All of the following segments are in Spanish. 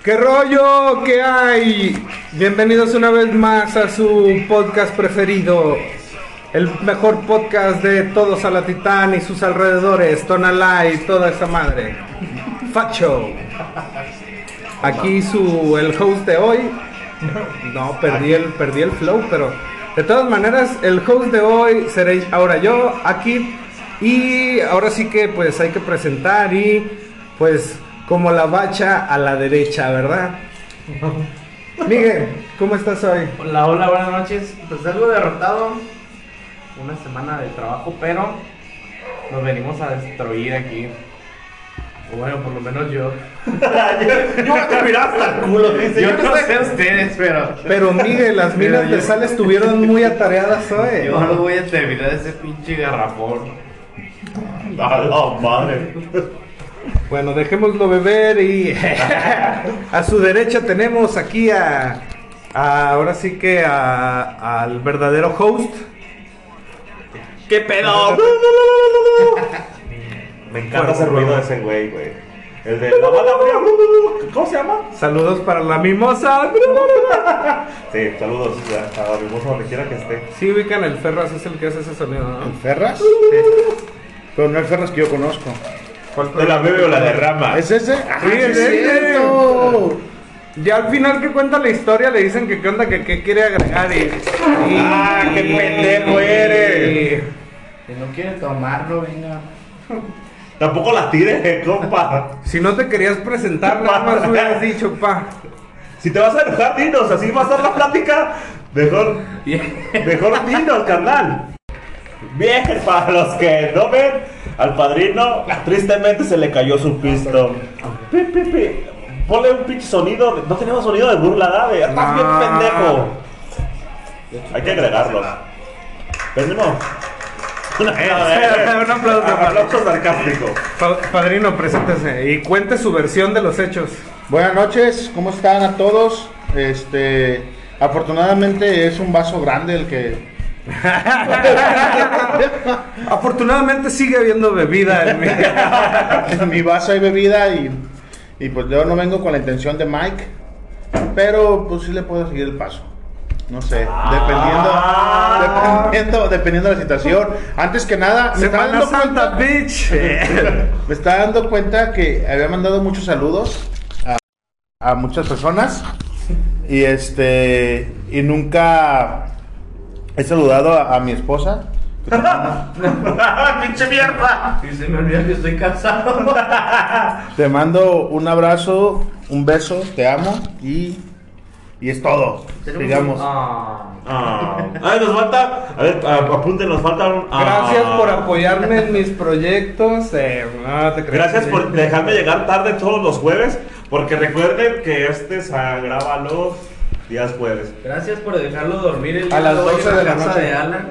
¿Qué rollo? ¿Qué hay? Bienvenidos una vez más a su podcast preferido, el mejor podcast de todos a la Titán y sus alrededores, Tonalá y toda esa madre. Facho. Aquí el host de hoy. No, perdí el flow, pero de todas maneras el host de hoy seré ahora yo, aquí. Y ahora sí que pues hay que presentar y pues como la bacha a la derecha, ¿verdad? Miguel, ¿cómo estás hoy? Hola, buenas noches. Pues algo derrotado, una semana de trabajo, pero nos venimos a destruir aquí. O bueno, por lo menos yo. Yo voy a terminar hasta el culo, dice. Yo no sé ustedes, Pero Miguel, las minas de sal estuvieron muy atareadas hoy. yo no voy a terminar ese pinche garrafón. A la madre. Bueno, dejémoslo beber y a su derecha tenemos aquí ahora sí que al verdadero host. ¿Qué pedo? Me encanta ese ruido de ese güey. El de la bala fría. ¿Cómo se llama? Saludos para la mimosa. Sí, saludos a la mimosa donde quiera que esté. Sí, ubican el Ferras, es el que hace ese sonido, ¿no? ¿El Ferras? Sí. Pero no el Ferras que yo conozco. ¿Cuál De la bebe o la derrama. ¿Es ese? Sí, es ese. Ya al final que cuenta la historia le dicen que qué onda, que qué quiere agregar ¡Ah, qué pendejo eres! Si no quiere tomarlo, venga. Tampoco la tires, compa. Si no te querías presentar, nada más hubieras dicho, pa. Si te vas a enojar, dinos. Así va a estar la plática. Mejor dinos, carnal. Bien, para los que no ven, al padrino tristemente se le cayó su pisto. Pi, pi, pi. Ponle un pinche sonido. No tenemos sonido de burla, Dave. Estás bien pendejo. Hay que agregarlo. Venimos. Un aplauso. Aplauso sarcástico. Padrino, preséntese y cuente su versión de los hechos. Buenas noches, ¿cómo están a todos? Afortunadamente es un vaso grande el que... Afortunadamente sigue habiendo bebida en mi... En mi vaso hay bebida y pues yo no vengo con la intención de Mike, pero pues sí le puedo seguir el paso. No sé, dependiendo de la situación. Antes que nada, Semana Santa, bitch. me está dando cuenta que había mandado muchos saludos a muchas personas y nunca he saludado a mi esposa. ¡Pinche mierda! Si se me olvida que estoy casado. Te mando un abrazo, un beso, te amo y es todo, digamos. Ay, nos falta. A ver, apunten, nos falta un. Gracias por apoyarme en mis proyectos. No te creas. Gracias por dejarme llegar tarde todos los jueves. Porque recuerden que se graba los días jueves. Gracias por dejarlo dormir el A las 12 de la casa noche. de Alan.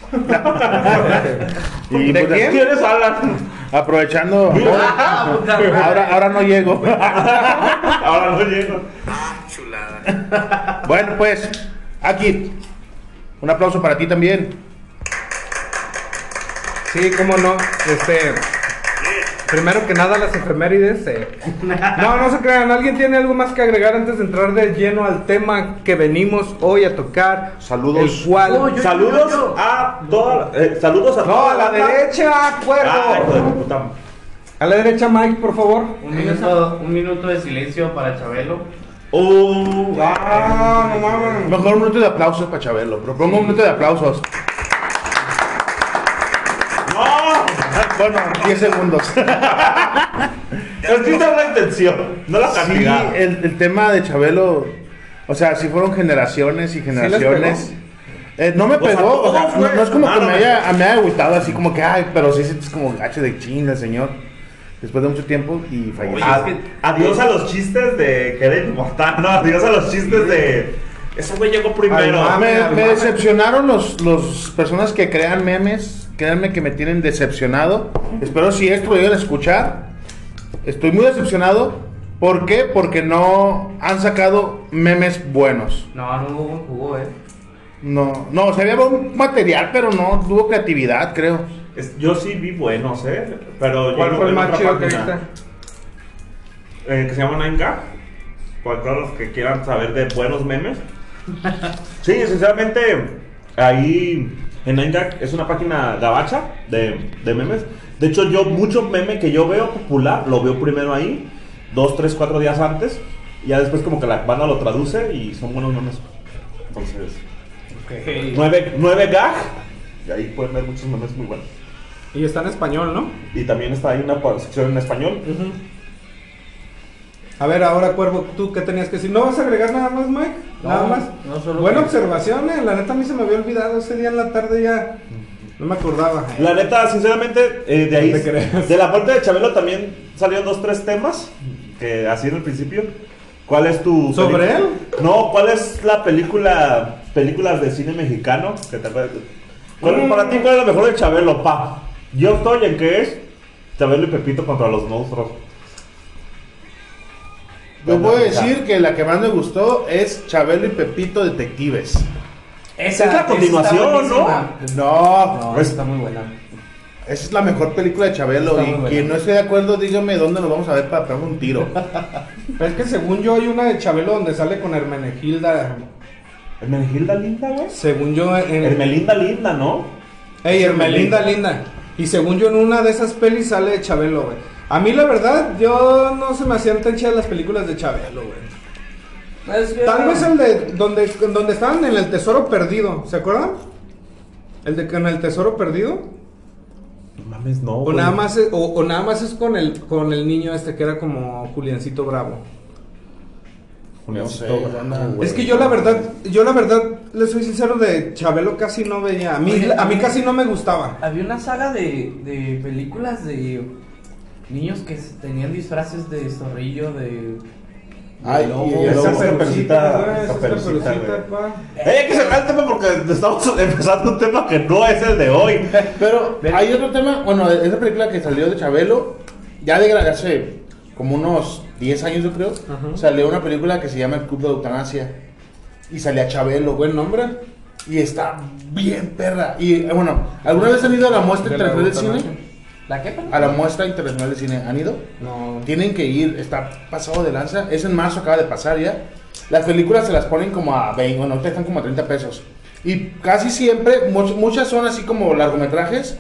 Y ¿De pues, quién? ¿Quiénes hablan? aprovechando, Puta madre. ahora no llego. Ahora no llego. Chulada. Bueno, pues, aquí, un aplauso para ti también. Sí, cómo no. Primero que nada las efemérides. No se crean. ¿Alguien tiene algo más que agregar antes de entrar de lleno al tema que venimos hoy a tocar? Saludos. El cual... No, Saludos yo. a toda. Saludos a No, toda a la banda. derecha, Ah, hijo de acuerdo. tu puta. A la derecha, Mike, por favor. Un minuto de silencio para Chabelo. No mames. Mejor un minuto de aplausos para Chabelo. Propongo un minuto de aplausos. ¡No! Bueno, 10 segundos. Es que esa es la intención, no la Sí, cantidad. el tema de Chabelo, o sea, sí fueron generaciones y generaciones. No me O sea, pegó, o sea, todos, güey. no es como que No, me haya agüitado así como que, ay, pero sí sientes como gacho de chinga el señor. Después de mucho tiempo y falleció. Oye, es que adiós a los chistes de que era inmortal, no, adiós a los chistes de ese güey llegó primero. Me decepcionaron los personas que crean memes. Créanme que me tienen decepcionado. Espero si esto lo llegan a escuchar. Estoy muy decepcionado. ¿Por qué? Porque no han sacado memes buenos. No hubo buen jugo, No, o sea, había buen material, pero no tuvo creatividad, creo. Yo sí vi buenos, pero ¿Cuál yo fue el en más otra chido que página. viste? Que se llama 9K. para todos los que quieran saber de buenos memes. Sí, sinceramente, ahí en 9gag es una página gabacha de memes. De hecho, yo mucho meme que yo veo popular, lo veo primero ahí, 2, 3, 4 días antes. Y ya después como que la banda lo traduce y son buenos memes. Entonces, 9gag. Y ahí pueden ver muchos memes muy buenos. Y está en español, ¿no? Y también está ahí una sección en español. A ver, ahora Cuervo, ¿tú qué tenías que decir? ¿No vas a agregar nada más, Mike? ¿Nada más? No, solo Buena que- observación, la neta a mí se me había olvidado ese día en la tarde ya. No me acordaba. La neta, sinceramente, de ahí, No te creas. de la muerte de Chabelo también salieron 2, 3 temas, que así en el principio. ¿Cuál es tu ¿Sobre película? él? No, ¿cuál es la películas de cine mexicano que te acuerdas? Para ti, ¿cuál es la mejor de Chabelo, pa? Yo estoy en que es Chabelo y Pepito contra los monstruos. Yo puedo decir que la que más me gustó es Chabelo y Pepito Detectives. Esa Es la continuación, está buenísima. No, No, esa está muy buena. esa es la mejor película de Chabelo. Está Y muy buena. quien no esté de acuerdo, dígame dónde nos vamos a ver para pegar un tiro. Pero es que según yo hay una de Chabelo donde sale con Hermenegilda. ¿Hermenegilda linda, güey? Según yo en... Hermelinda linda, ¿no? Ey, Hermelinda linda. Y según yo en una de esas pelis sale Chabelo, güey. A mí la verdad, yo no se me hacían tan chidas las películas de Chabelo, güey. Es que- Tal vez el de donde estaban en el Tesoro Perdido, ¿se acuerdan? El de que en el Tesoro Perdido. No mames, no. O güey. nada más o nada más es con el niño este que era como Juliancito Bravo. Juliancito, No sé, güey. no, Es que yo la verdad, le soy sincero, de Chabelo casi no veía. A mí casi no me gustaba. Había una saga de películas de niños que tenían disfraces de zorrillo, de Ay, lobo. y el esa lobo. Caperucita, güey, esa es Caperucita, Caperucita, güey. pa. Hay que cerrar el tema porque estamos empezando un tema que no es el de hoy. Pero hay otro tema, bueno, esa película que salió de Chabelo, ya hace como unos 10 años yo creo, Ajá. salió una película que se llama El Club de Eutanasia. Y salía Chabelo, Buen nombre. y está bien perra. Y bueno, ¿alguna vez han ido a la muestra De la internacional de eutanasia. cine? ¿La qué? perdón? A la muestra internacional de cine, ¿han ido? No. Tienen que ir, está pasado de lanza. Es en marzo, acaba de pasar ya. Las películas se las ponen como a 20, bueno, ahorita están como a 30 pesos. Y casi siempre, muchas son así como largometrajes.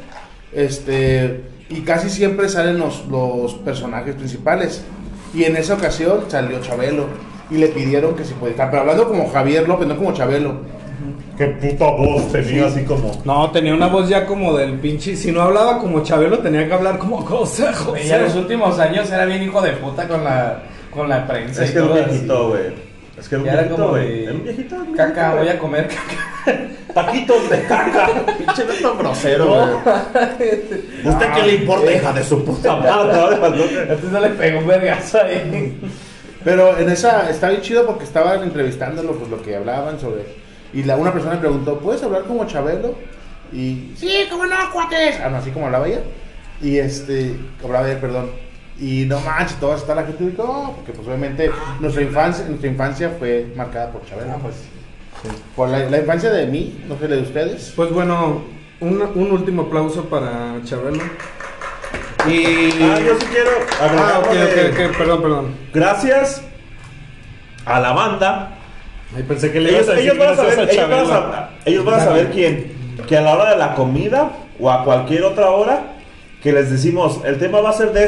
Y casi siempre salen los personajes principales. Y en esa ocasión salió Chabelo. Y le pidieron que si podía estar. Pero hablando como Javier López, no como Chabelo. Qué puta voz tenía, así como. No, tenía una voz ya como del pinche. Si no hablaba como Chabelo, tenía que hablar como cosa, Güey, ya en los últimos años era bien hijo de puta con la prensa. Es y que era un todo así. viejito, güey. Es que era un Ya era viejito, como güey. de- Era un viejito. era un Caca, viejito, voy güey. a comer caca. Taquitos de caca. Pinche Beto grosero, güey. ¿Usted qué le importa, hija de su puta madre? Entonces no le pegó un vergazo ahí. Pero en esa está bien chido porque estaban entrevistándolo, pues lo que hablaban sobre. Y una persona le preguntó, ¿puedes hablar como Chabelo? Y sí, cómo no, cuates. Ah, no, así como hablaba ella. Y hablaba él, perdón. Y no manches, toda está la gente dijo, oh, porque pues obviamente nuestra infancia fue marcada por Chabelo. pues. Por la infancia de mí, no sé, la de ustedes. Pues bueno, un último aplauso para Chabelo. Y. Yo sí quiero agregar ok, perdón. Gracias a la banda. Ay, pensé que le Ellos, ibas a decir ellos van a gracias saber, ellos van a saber que a la hora de la comida o a cualquier otra hora que les decimos el tema va a ser de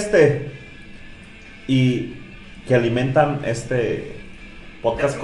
y que alimentan este podcast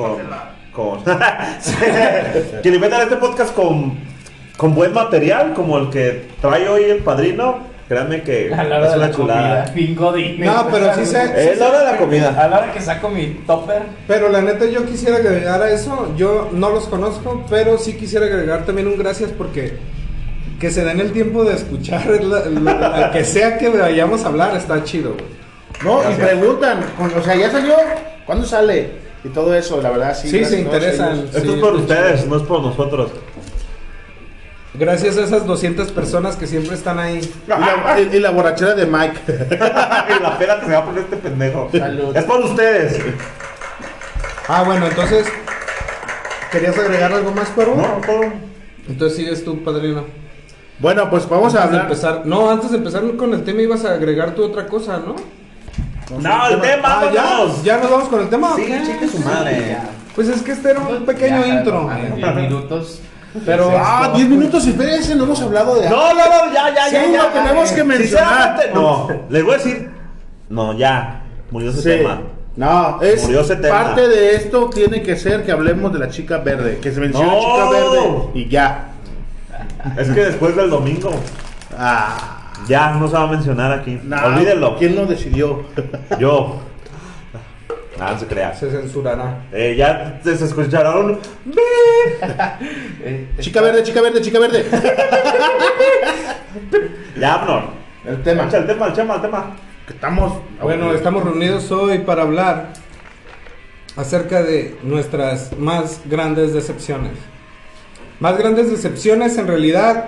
que alimentan este podcast con buen material como el que trae hoy el padrino. Créanme que A la hora es de una la chulada. comida. Bien godín. No, pero sí sé. Es la hora de la comida. A la hora que saco mi topper. Pero la neta yo quisiera agregar a eso, yo no los conozco, pero sí quisiera agregar también un gracias porque que se den el tiempo de escuchar la que sea que vayamos a hablar, está chido, güey. No, Gracias. y preguntan, o sea, ya salió, ¿cuándo sale? Y todo eso, la verdad, sí. Sí, gracias se a todos interesan. ellos. Esto Sí, es por está ustedes, chido. no es por nosotros. Gracias a esas 200 personas que siempre están ahí. Y la borrachera de Mike. Y la pena que se va a poner este pendejo. Salud. Es por ustedes. Ah, bueno, entonces, ¿querías agregar algo más, Cuervo? No, todo. Entonces sigues tú, padrino. Bueno, pues vamos a Antes de hablar. empezar, no, antes de empezar con el tema ibas a agregar tú otra cosa, ¿no? No, el tema, ¿ya? vámonos. ¿Ya nos vamos con el tema? Sí, ¿o qué? chique su madre. Pues es que este era un pequeño intro. 10 minutos. Pero 10 minutos, espérense, no hemos hablado de No, ya. Sí, lo tenemos que mencionar. Sinceramente, no, les voy a decir. No, ya. Murió ese Sí. tema. No, es Murió ese tema. parte de esto tiene que ser que hablemos de la chica verde, que se mencione No. chica verde y ya. Es que después del domingo, ya no se va a mencionar aquí. No, Olvídenlo. ¿Quién lo decidió? Yo. Nada, no se crea. se censurará. Ya se escucharon. Chica verde, chica verde, chica verde. Ya, Abner. El tema. Echa el tema. Que estamos. Bueno, estamos reunidos hoy para hablar acerca de nuestras más grandes decepciones. Más grandes decepciones en realidad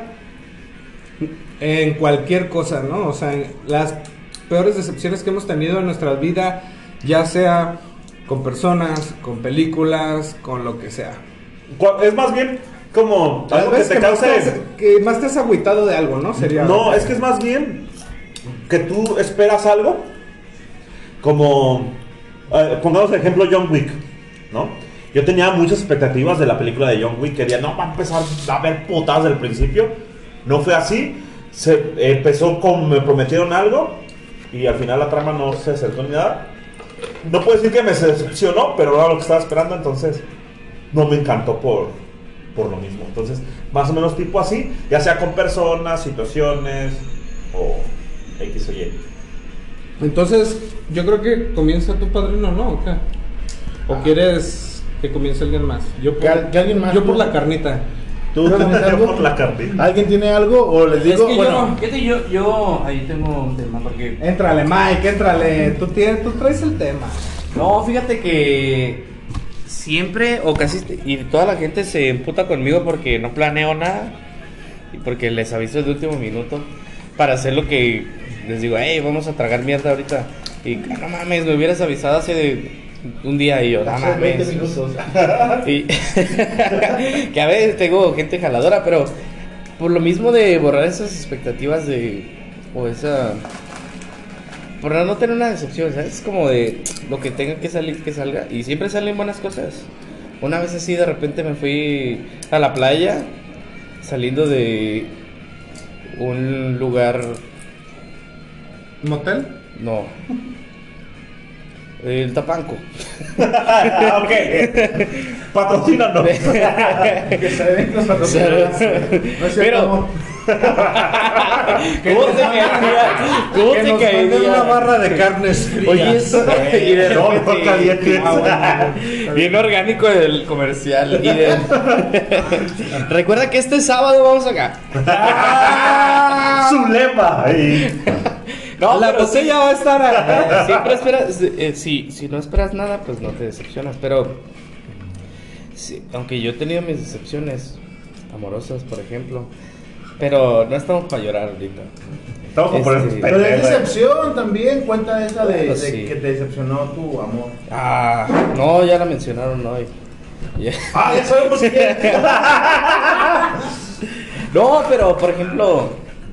en cualquier cosa, ¿no? O sea, en las peores decepciones que hemos tenido en nuestra vida, ya sea con personas, con películas, con lo que sea. Es más bien como algo que Tal vez te cause. que más te has agüitado de algo, ¿no? Sería. No, es que es más bien que tú esperas algo. Como pongamos el ejemplo John Wick, ¿no? Yo tenía muchas expectativas de la película de John Wick. Quería, no, va a empezar a ver putadas del principio. No fue así. Se empezó con me prometieron algo y al final la trama no se acercó ni nada. No puedo decir que me decepcionó, pero era lo que estaba esperando, entonces no me encantó por lo mismo. Entonces, más o menos tipo así, ya sea con personas, situaciones o X o Y. Entonces, yo creo que comienza tu padrino, ¿no? ¿O qué? ¿O quieres que comience alguien más? Yo por, Que alguien más, yo por tú. la carnita. ¿Tú tienes algo? Por la cartita. ¿Alguien tiene algo? O les digo, Es que bueno. yo ahí tengo un tema porque... Éntrale, Mike, éntrale. Tú traes el tema. No, fíjate que siempre o casi y toda la gente se emputa conmigo porque no planeo nada y porque les aviso de último minuto para hacer lo que les digo, hey, vamos a tragar mierda ahorita y no mames, me hubieras avisado hace un día y yo, no Hace 20 mames. minutos. Y que a veces tengo gente jaladora, pero por lo mismo de borrar esas expectativas o esa por no tener una decepción, ¿sabes? Es como de lo que tenga que salir, que salga. Y siempre salen buenas cosas. Una vez así de repente me fui a la playa saliendo de un lugar... ¿Motel? No. El Tapanco. Ok. Patrocínanos. Que se den los patrocinadores. No es cierto, Pero- amor. ¿Cómo te caería? ¿Cómo Que te nos manden caería? una barra de carnes frías. Oye, eso. Y de No, repente- no calientes. Bien orgánico el comercial. Recuerda que este sábado vamos acá. Su lema. No, la pero botella va a estar siempre esperas. Si no esperas nada, pues no te decepcionas. Pero sí, aunque yo he tenido mis decepciones amorosas, por ejemplo. Pero no estamos para llorar ahorita. Estamos con por esos Este, Pero de pendejos. decepción también, cuenta esa de Pues sí. que te decepcionó tu amor. No, ya la mencionaron hoy. Ya. Ya sabemos quién. No, pero por ejemplo,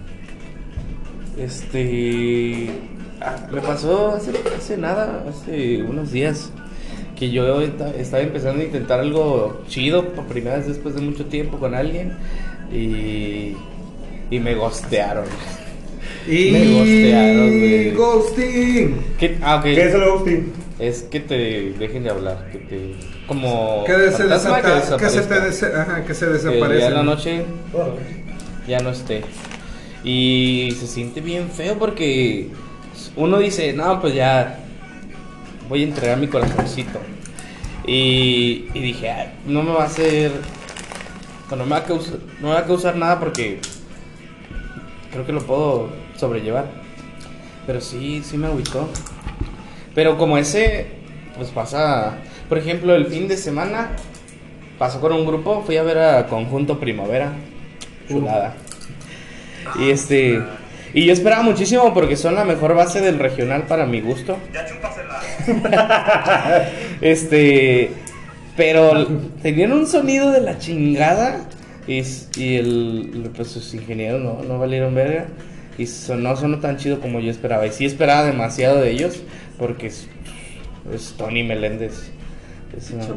me pasó hace nada, hace unos días, que yo estaba empezando a intentar algo chido por primera vez después de mucho tiempo con alguien y me ghostearon. Me ghostearon, güey. Ghosting. Ok. ¿Qué es el ghosting? Es que te dejen de hablar, que te... Como... Que se fantasma que desaparezca. que se Que desaparece. ya en la noche ya no esté. Y se siente bien feo porque uno dice, no, pues ya voy a entregar mi corazoncito. Y dije, "Ay, no me va a hacer... No me va a causar nada porque creo que lo puedo sobrellevar. Pero sí me agüitó. Pero como ese, pues pasa... Por ejemplo, el fin de semana pasó con un grupo, fui a ver a Conjunto Primavera. Chulada. Y y yo esperaba muchísimo porque son la mejor base del regional para mi gusto. Ya chúpasela. Pero tenían un sonido de la chingada y pues sus ingenieros no valieron verga. y no sonó tan chido como yo esperaba. Y sí esperaba demasiado de ellos, porque es Tony Meléndez. Es una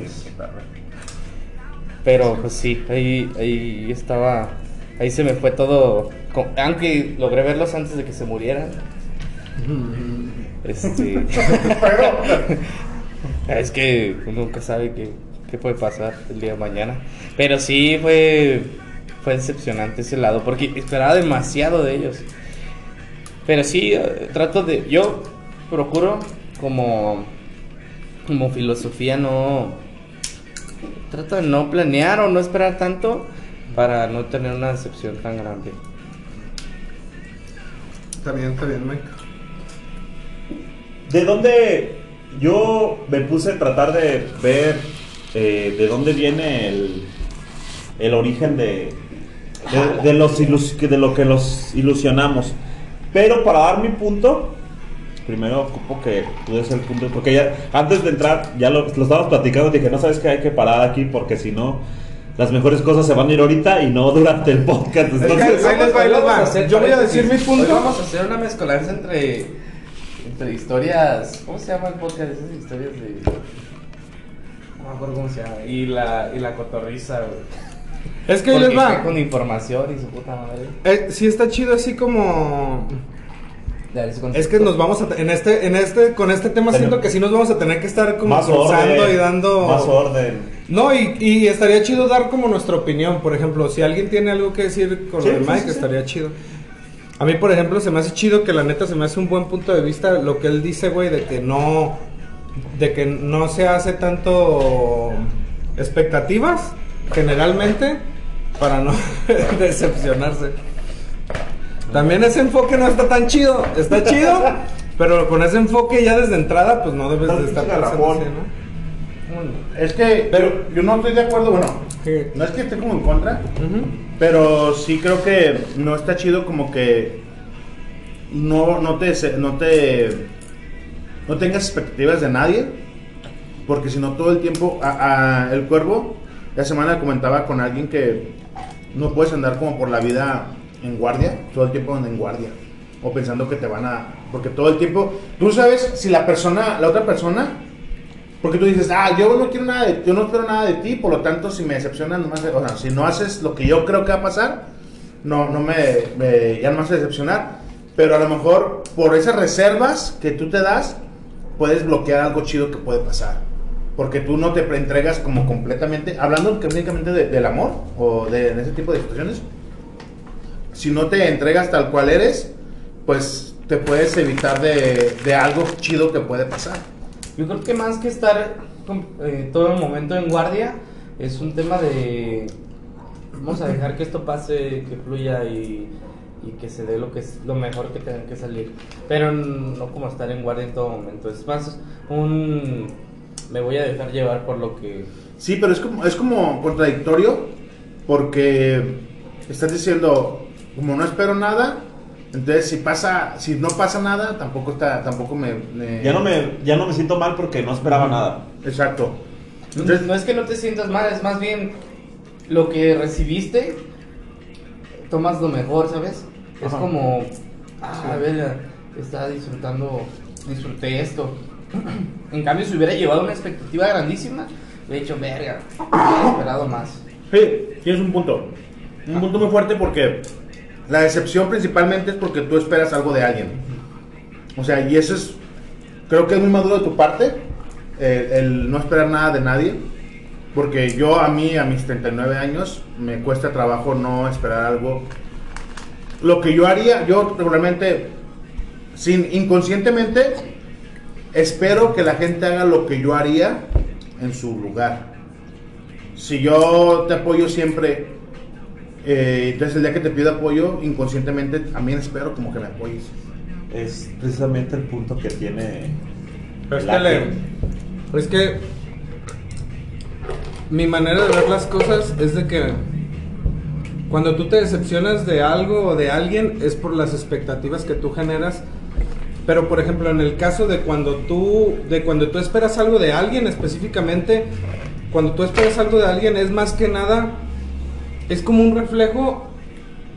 pero pues sí, ahí estaba, ahí se me fue todo, aunque logré verlos antes de que se murieran. Es que uno nunca sabe qué puede pasar el día de mañana. Pero sí fue decepcionante ese lado, porque esperaba demasiado de ellos. Pero sí, yo procuro como filosofía trato de no planear o no esperar tanto para no tener una decepción tan grande. Está bien, Mike. ¿De dónde? Yo me puse a tratar de ver de dónde viene el origen de lo que los ilusionamos. Pero para dar mi punto, primero ocupo que tú des el punto, porque ya antes de entrar ya lo estábamos platicando, dije, no sabes que hay que parar aquí porque si no las mejores cosas se van a ir ahorita y no durante el podcast. Entonces, ahí les va. Yo voy a decir mi punto. Hoy vamos a hacer una mezcolanza entre historias. ¿Cómo se llama el podcast? Esas historias de... No me acuerdo cómo se llama. Y la cotorriza, güey. Es que ahí les va. Con información y su puta madre. Sí está chido así como... Es que nos vamos a con este tema siento que sí nos vamos a tener que estar como forzando y dando más orden. No, y estaría chido dar como nuestra opinión, por ejemplo, si alguien tiene algo que decir con lo de Mike, estaría chido. A mí, por ejemplo, se me hace chido que la neta se me hace un buen punto de vista lo que él dice, güey, de que no se hace tanto expectativas generalmente para no decepcionarse. También ese enfoque no está tan chido, está chido, pero con ese enfoque ya desde entrada, pues no debes de estar pensando así, ¿no? Es que, pero yo no estoy de acuerdo, bueno, no es que esté como en contra, pero sí creo que no está chido como que no tengas expectativas de nadie, porque si no todo el tiempo, el Cuervo, la semana comentaba con alguien que no puedes andar como por la vida en guardia, todo el tiempo en guardia, o pensando que te van a, porque todo el tiempo, tú sabes si la otra persona, porque tú dices, yo no quiero nada yo no espero nada de ti, por lo tanto si me decepcionan, o sea, si no haces lo que yo creo que va a pasar, ya no me vas a decepcionar, pero a lo mejor por esas reservas que tú te das, puedes bloquear algo chido que puede pasar, porque tú no te entregas como completamente, hablando únicamente del amor, o en ese tipo de situaciones. Si no te entregas tal cual eres, pues te puedes evitar de algo chido que puede pasar. Yo creo que más que estar todo el momento en guardia, es un tema de vamos a dejar que esto pase, que fluya y que se dé lo mejor que tenga que salir. Pero no como estar en guardia en todo momento. Es más me voy a dejar llevar por lo que... Sí, pero es como contradictorio, porque estás diciendo... Como no espero nada, entonces si no pasa nada, tampoco me... Ya no me siento mal porque no esperaba nada. Exacto. Entonces, no es que no te sientas mal, es más bien lo que recibiste, tomas lo mejor, ¿sabes? Es como, a ver, disfruté esto. En cambio, si hubiera llevado una expectativa grandísima, hubiera dicho, verga, hubiera esperado más. Sí, tienes un punto muy fuerte, porque la decepción principalmente es porque tú esperas algo de alguien. O sea, y eso creo que es muy maduro de tu parte, el no esperar nada de nadie, porque a mis 39 años, me cuesta trabajo no esperar algo. Lo que yo haría, yo regularmente, inconscientemente, espero que la gente haga lo que yo haría en su lugar. Si yo te apoyo siempre... entonces el día que te pido apoyo, inconscientemente también espero como que me apoyes. Es precisamente el punto que tiene. Es que mi manera de ver las cosas es de que cuando tú te decepcionas de algo o de alguien es por las expectativas que tú generas. Pero por ejemplo, en el caso de cuando tú esperas algo de alguien específicamente, cuando tú esperas algo de alguien es más que nada, es como un reflejo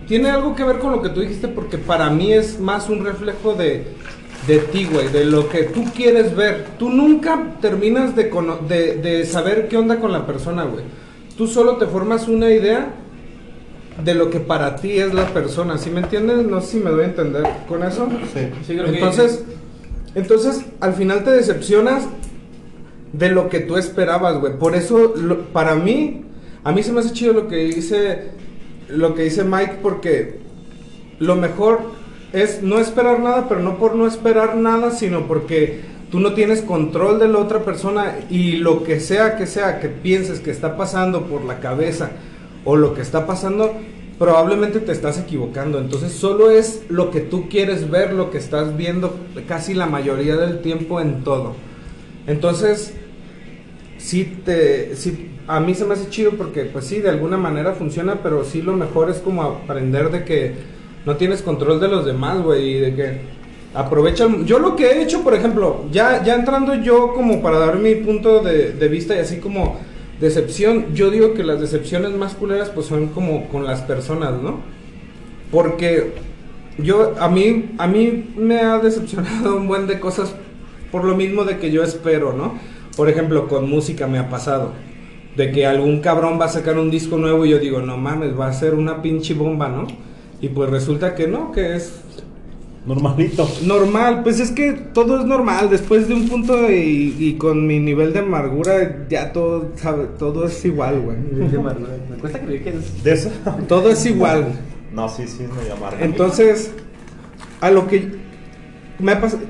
tiene algo que ver con lo que tú dijiste, porque para mí es más un reflejo de ti, güey, de lo que tú quieres ver. Tú nunca terminas de saber qué onda con la persona, güey. Tú solo te formas una idea de lo que para ti es la persona, ¿sí me entiendes? No sé si me doy a entender con eso. Sí, creo entonces, al final te decepcionas de lo que tú esperabas, güey. Por eso, para mí, a mí se me hace chido lo que dice Mike, porque lo mejor es no esperar nada, pero no por no esperar nada, sino porque tú no tienes control de la otra persona, y lo que sea que pienses que está pasando por la cabeza o lo que está pasando, probablemente te estás equivocando. Entonces solo es lo que tú quieres ver, lo que estás viendo casi la mayoría del tiempo en todo. Entonces sí, a mí se me hace chido porque pues sí, de alguna manera funciona, pero sí lo mejor es como aprender de que no tienes control de los demás, güey, y de que aprovecha. Yo lo que he hecho, por ejemplo, ya entrando yo como para dar mi punto de vista y así como decepción, yo digo que las decepciones más culeras pues son como con las personas, ¿no? Porque a mí me ha decepcionado un buen de cosas por lo mismo de que yo espero, ¿no? Por ejemplo, con música me ha pasado de que algún cabrón va a sacar un disco nuevo y yo digo, no mames, va a ser una pinche bomba, ¿no? Y pues resulta que no, que es normalito. Normal, pues es que todo es normal. Después de un punto y con mi nivel de amargura, ya todo es igual, güey. Me cuesta creer que es... ¿De eso? Todo es igual. No, sí, es medio amargo. Entonces, a lo que me ha pasado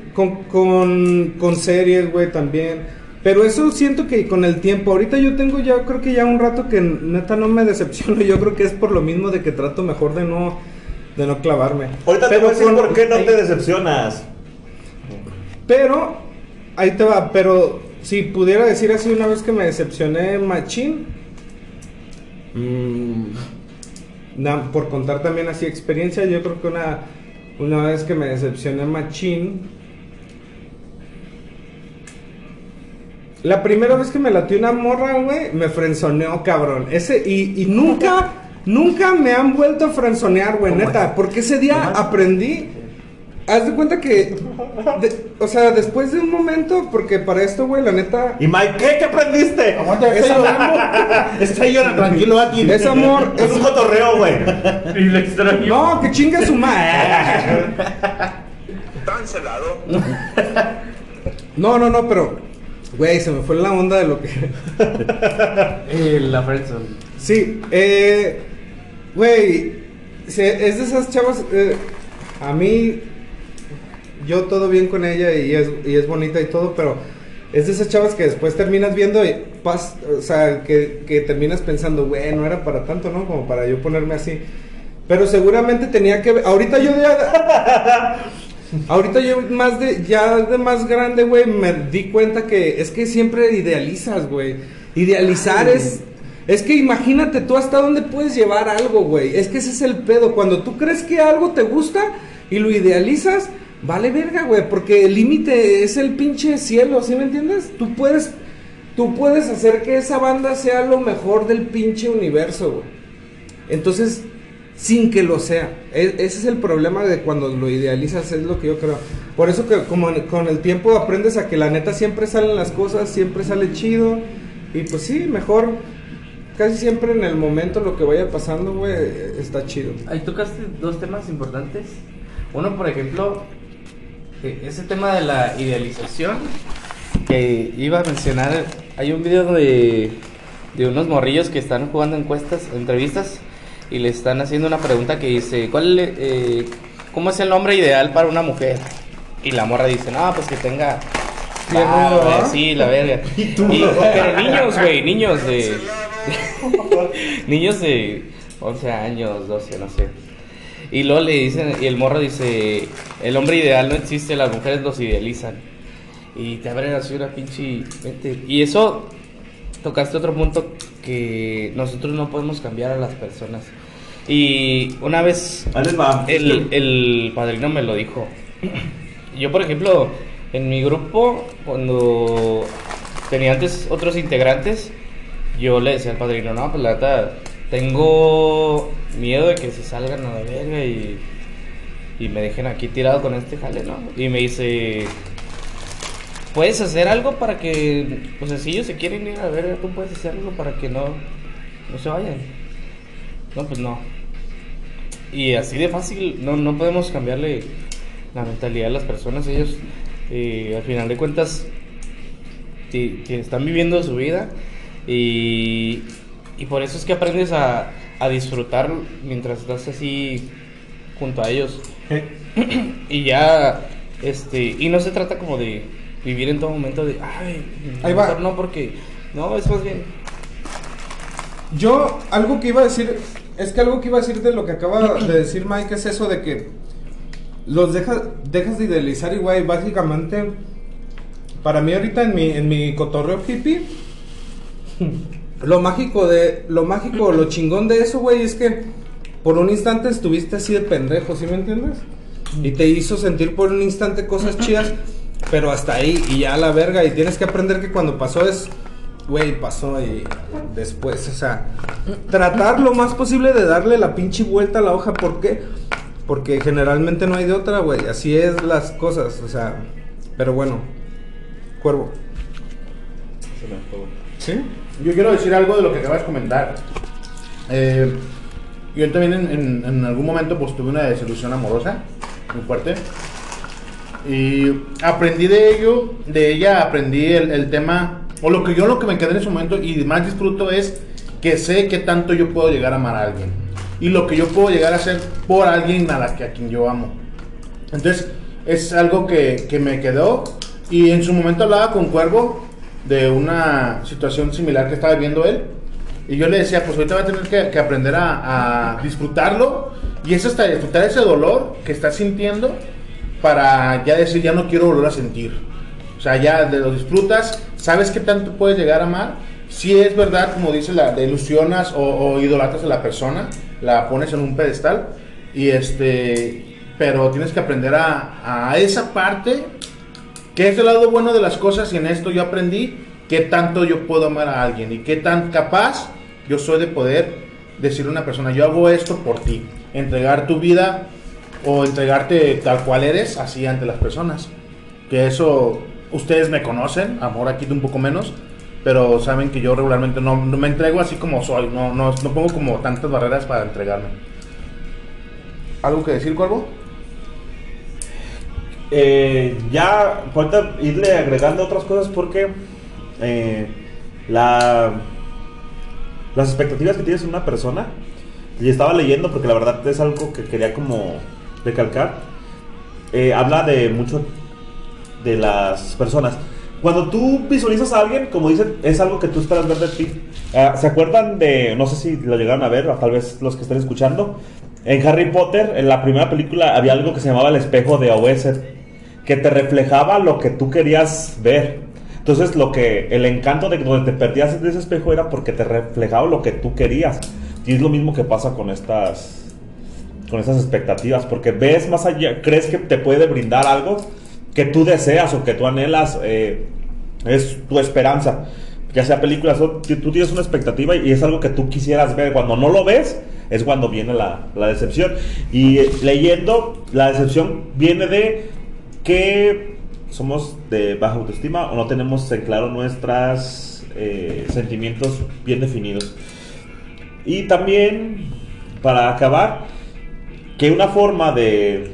con series, güey, también. Pero eso siento que con el tiempo, ahorita yo tengo ya, creo que ya un rato que neta no me decepciono. Yo creo que es por lo mismo de que trato mejor de no clavarme. Ahorita te voy a decir por qué no te decepcionas. Pero, ahí te va, pero si pudiera decir así una vez que me decepcioné machín, por contar también así experiencia, yo creo que una vez que me decepcioné machín, la primera vez que me latió una morra, güey, me frenzoneó, cabrón. Y nunca me han vuelto a frenzonear, güey, neta. Porque ese día aprendí. Haz de cuenta que. O sea, después de un momento, porque para esto, güey, la neta. ¿Y Mike qué aprendiste? Aguanta, está llorando, tranquilo, aquí. Es amor. Es un cotorreo, güey. Y lo extraño. No, que chinga su madre. Tan celado. No, pero. Güey, se me fue la onda de lo que. La friendzone. Sí, güey, es de esas chavas, a mí, yo todo bien con ella y es bonita y todo, pero es de esas chavas que después terminas viendo y o sea, que terminas pensando, güey, no era para tanto, ¿no? Como para yo ponerme así. Pero seguramente tenía que ver, ahorita yo de más grande, güey, me di cuenta que es que siempre idealizas, güey. Idealizar es que imagínate tú hasta dónde puedes llevar algo, güey. Es que ese es el pedo. Cuando tú crees que algo te gusta y lo idealizas, vale verga, güey. Porque el límite es el pinche cielo, ¿sí me entiendes? Tú puedes hacer que esa banda sea lo mejor del pinche universo, güey. Entonces, sin que lo sea. Ese es el problema de cuando lo idealizas, es lo que yo creo. Por eso que como con el tiempo aprendes a que la neta siempre salen las cosas, siempre sale chido. Y pues sí, mejor casi siempre en el momento lo que vaya pasando, güey, está chido. Ahí tocaste dos temas importantes. Uno, por ejemplo, ese tema de la idealización que iba a mencionar. Hay un video de unos morrillos que están jugando entrevistas, y le están haciendo una pregunta que dice, ¿cómo es el hombre ideal para una mujer? Y la morra dice, no, pues que tenga... sí, la verga. Pero niños, güey, niños de niños de 11 años, 12, no sé. Y luego le dicen, y el morro dice, el hombre ideal no existe, las mujeres los idealizan. Y te abren así una pinche mente. Y eso, tocaste otro punto, que nosotros no podemos cambiar a las personas. Y una vez el padrino me lo dijo. Yo, por ejemplo, en mi grupo, cuando tenía antes otros integrantes, yo le decía al padrino, no, pues la neta, tengo miedo de que se salgan a la verga y me dejen aquí tirado con este jale, ¿no? Y me dice, ¿puedes hacer algo para que, o sea, si ellos se quieren ir a la verga, tú puedes hacer algo para que no se vayan? No, pues no. Y así de fácil, no podemos cambiarle la mentalidad a las personas. Ellos, al final de cuentas, están viviendo su vida y por eso es que aprendes a disfrutar mientras estás así junto a ellos. Y ya, y no se trata como de vivir en todo momento de, ay, ahí va. No, porque, no, es más bien. Yo, algo que iba a decir de lo que acaba de decir Mike es eso de que los dejas de idealizar y, güey, básicamente, para mí ahorita en mi cotorreo hippie, lo chingón de eso, güey, es que por un instante estuviste así de pendejo, ¿sí me entiendes? Y te hizo sentir por un instante cosas chidas, pero hasta ahí, y ya a la verga, y tienes que aprender que cuando pasó es, güey, pasó, y después, o sea, tratar lo más posible de darle la pinche vuelta a la hoja. ¿Por qué? Porque generalmente no hay de otra, güey, así es las cosas, o sea, pero bueno, Cuervo. ¿Sí? Yo quiero decir algo de lo que acabas de comentar. Yo también en algún momento pues tuve una desilusión amorosa muy fuerte. Y aprendí de ella aprendí el tema, o lo que me quedé en ese momento y más disfruto es que sé que tanto yo puedo llegar a amar a alguien. Y lo que yo puedo llegar a hacer por alguien a quien yo amo. Entonces es algo que me quedó. Y en su momento hablaba con Cuervo de una situación similar que estaba viviendo él. Y yo le decía, pues ahorita va a tener que aprender a disfrutarlo. Y es hasta disfrutar ese dolor que estás sintiendo para ya decir, ya no quiero volver a sentir. O sea, ya lo disfrutas, sabes qué tanto puedes llegar a amar. Si es verdad, como dice, te ilusionas o idolatras a la persona, la pones en un pedestal. Y pero tienes que aprender a esa parte, que es el lado bueno de las cosas. Y en esto yo aprendí qué tanto yo puedo amar a alguien y qué tan capaz yo soy de poder decirle a una persona, yo hago esto por ti, entregar tu vida o entregarte tal cual eres así ante las personas. Que eso, ustedes me conocen, amor aquí un poco menos, pero saben que yo regularmente no me entrego así como soy, no pongo como tantas barreras para entregarme. ¿Algo que decir, Cuervo? Ya, ahorita irle agregando otras cosas porque las expectativas que tienes en una persona, y estaba leyendo porque la verdad es algo que quería como recalcar, habla de mucho de las personas. Cuando tú visualizas a alguien, como dicen, es algo que tú esperas ver de ti. ¿Se acuerdan de, no sé si lo llegaron a ver, o tal vez los que estén escuchando, en Harry Potter, en la primera película había algo que se llamaba el espejo de Oesed, que te reflejaba lo que tú querías ver. Entonces el encanto de donde te perdías de ese espejo era porque te reflejaba lo que tú querías. Y es lo mismo que pasa con estas expectativas, porque ves más allá, crees que te puede brindar algo que tú deseas o que tú anhelas, es tu esperanza, ya sea películas o tú tienes una expectativa y es algo que tú quisieras ver. Cuando no lo ves es cuando viene la decepción. Y leyendo, la decepción viene de que somos de baja autoestima o no tenemos en claro nuestros sentimientos bien definidos. Y también, para acabar, que una forma de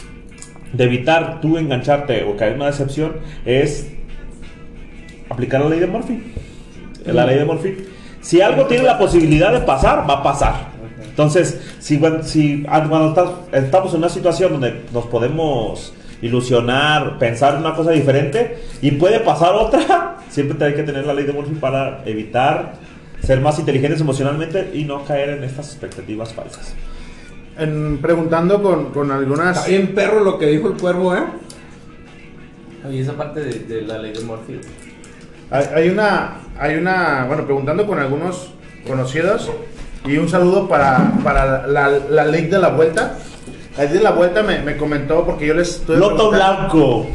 evitar tú engancharte o caer en una decepción es aplicar la ley de Murphy. La ley de Murphy. Si algo tiene la posibilidad de pasar, va a pasar. Entonces, cuando estamos en una situación donde nos podemos ilusionar, pensar en una cosa diferente y puede pasar otra, siempre hay que tener la ley de Murphy para evitar ser más inteligentes emocionalmente y no caer en estas expectativas falsas. Preguntando con algunas... Está bien perro lo que dijo el Cuervo, Y esa parte de la ley de Murphy. Hay una, bueno, preguntando con algunos conocidos, y un saludo para la ley de la vuelta. La ley de la vuelta me comentó, porque yo les estoy Loto blanco.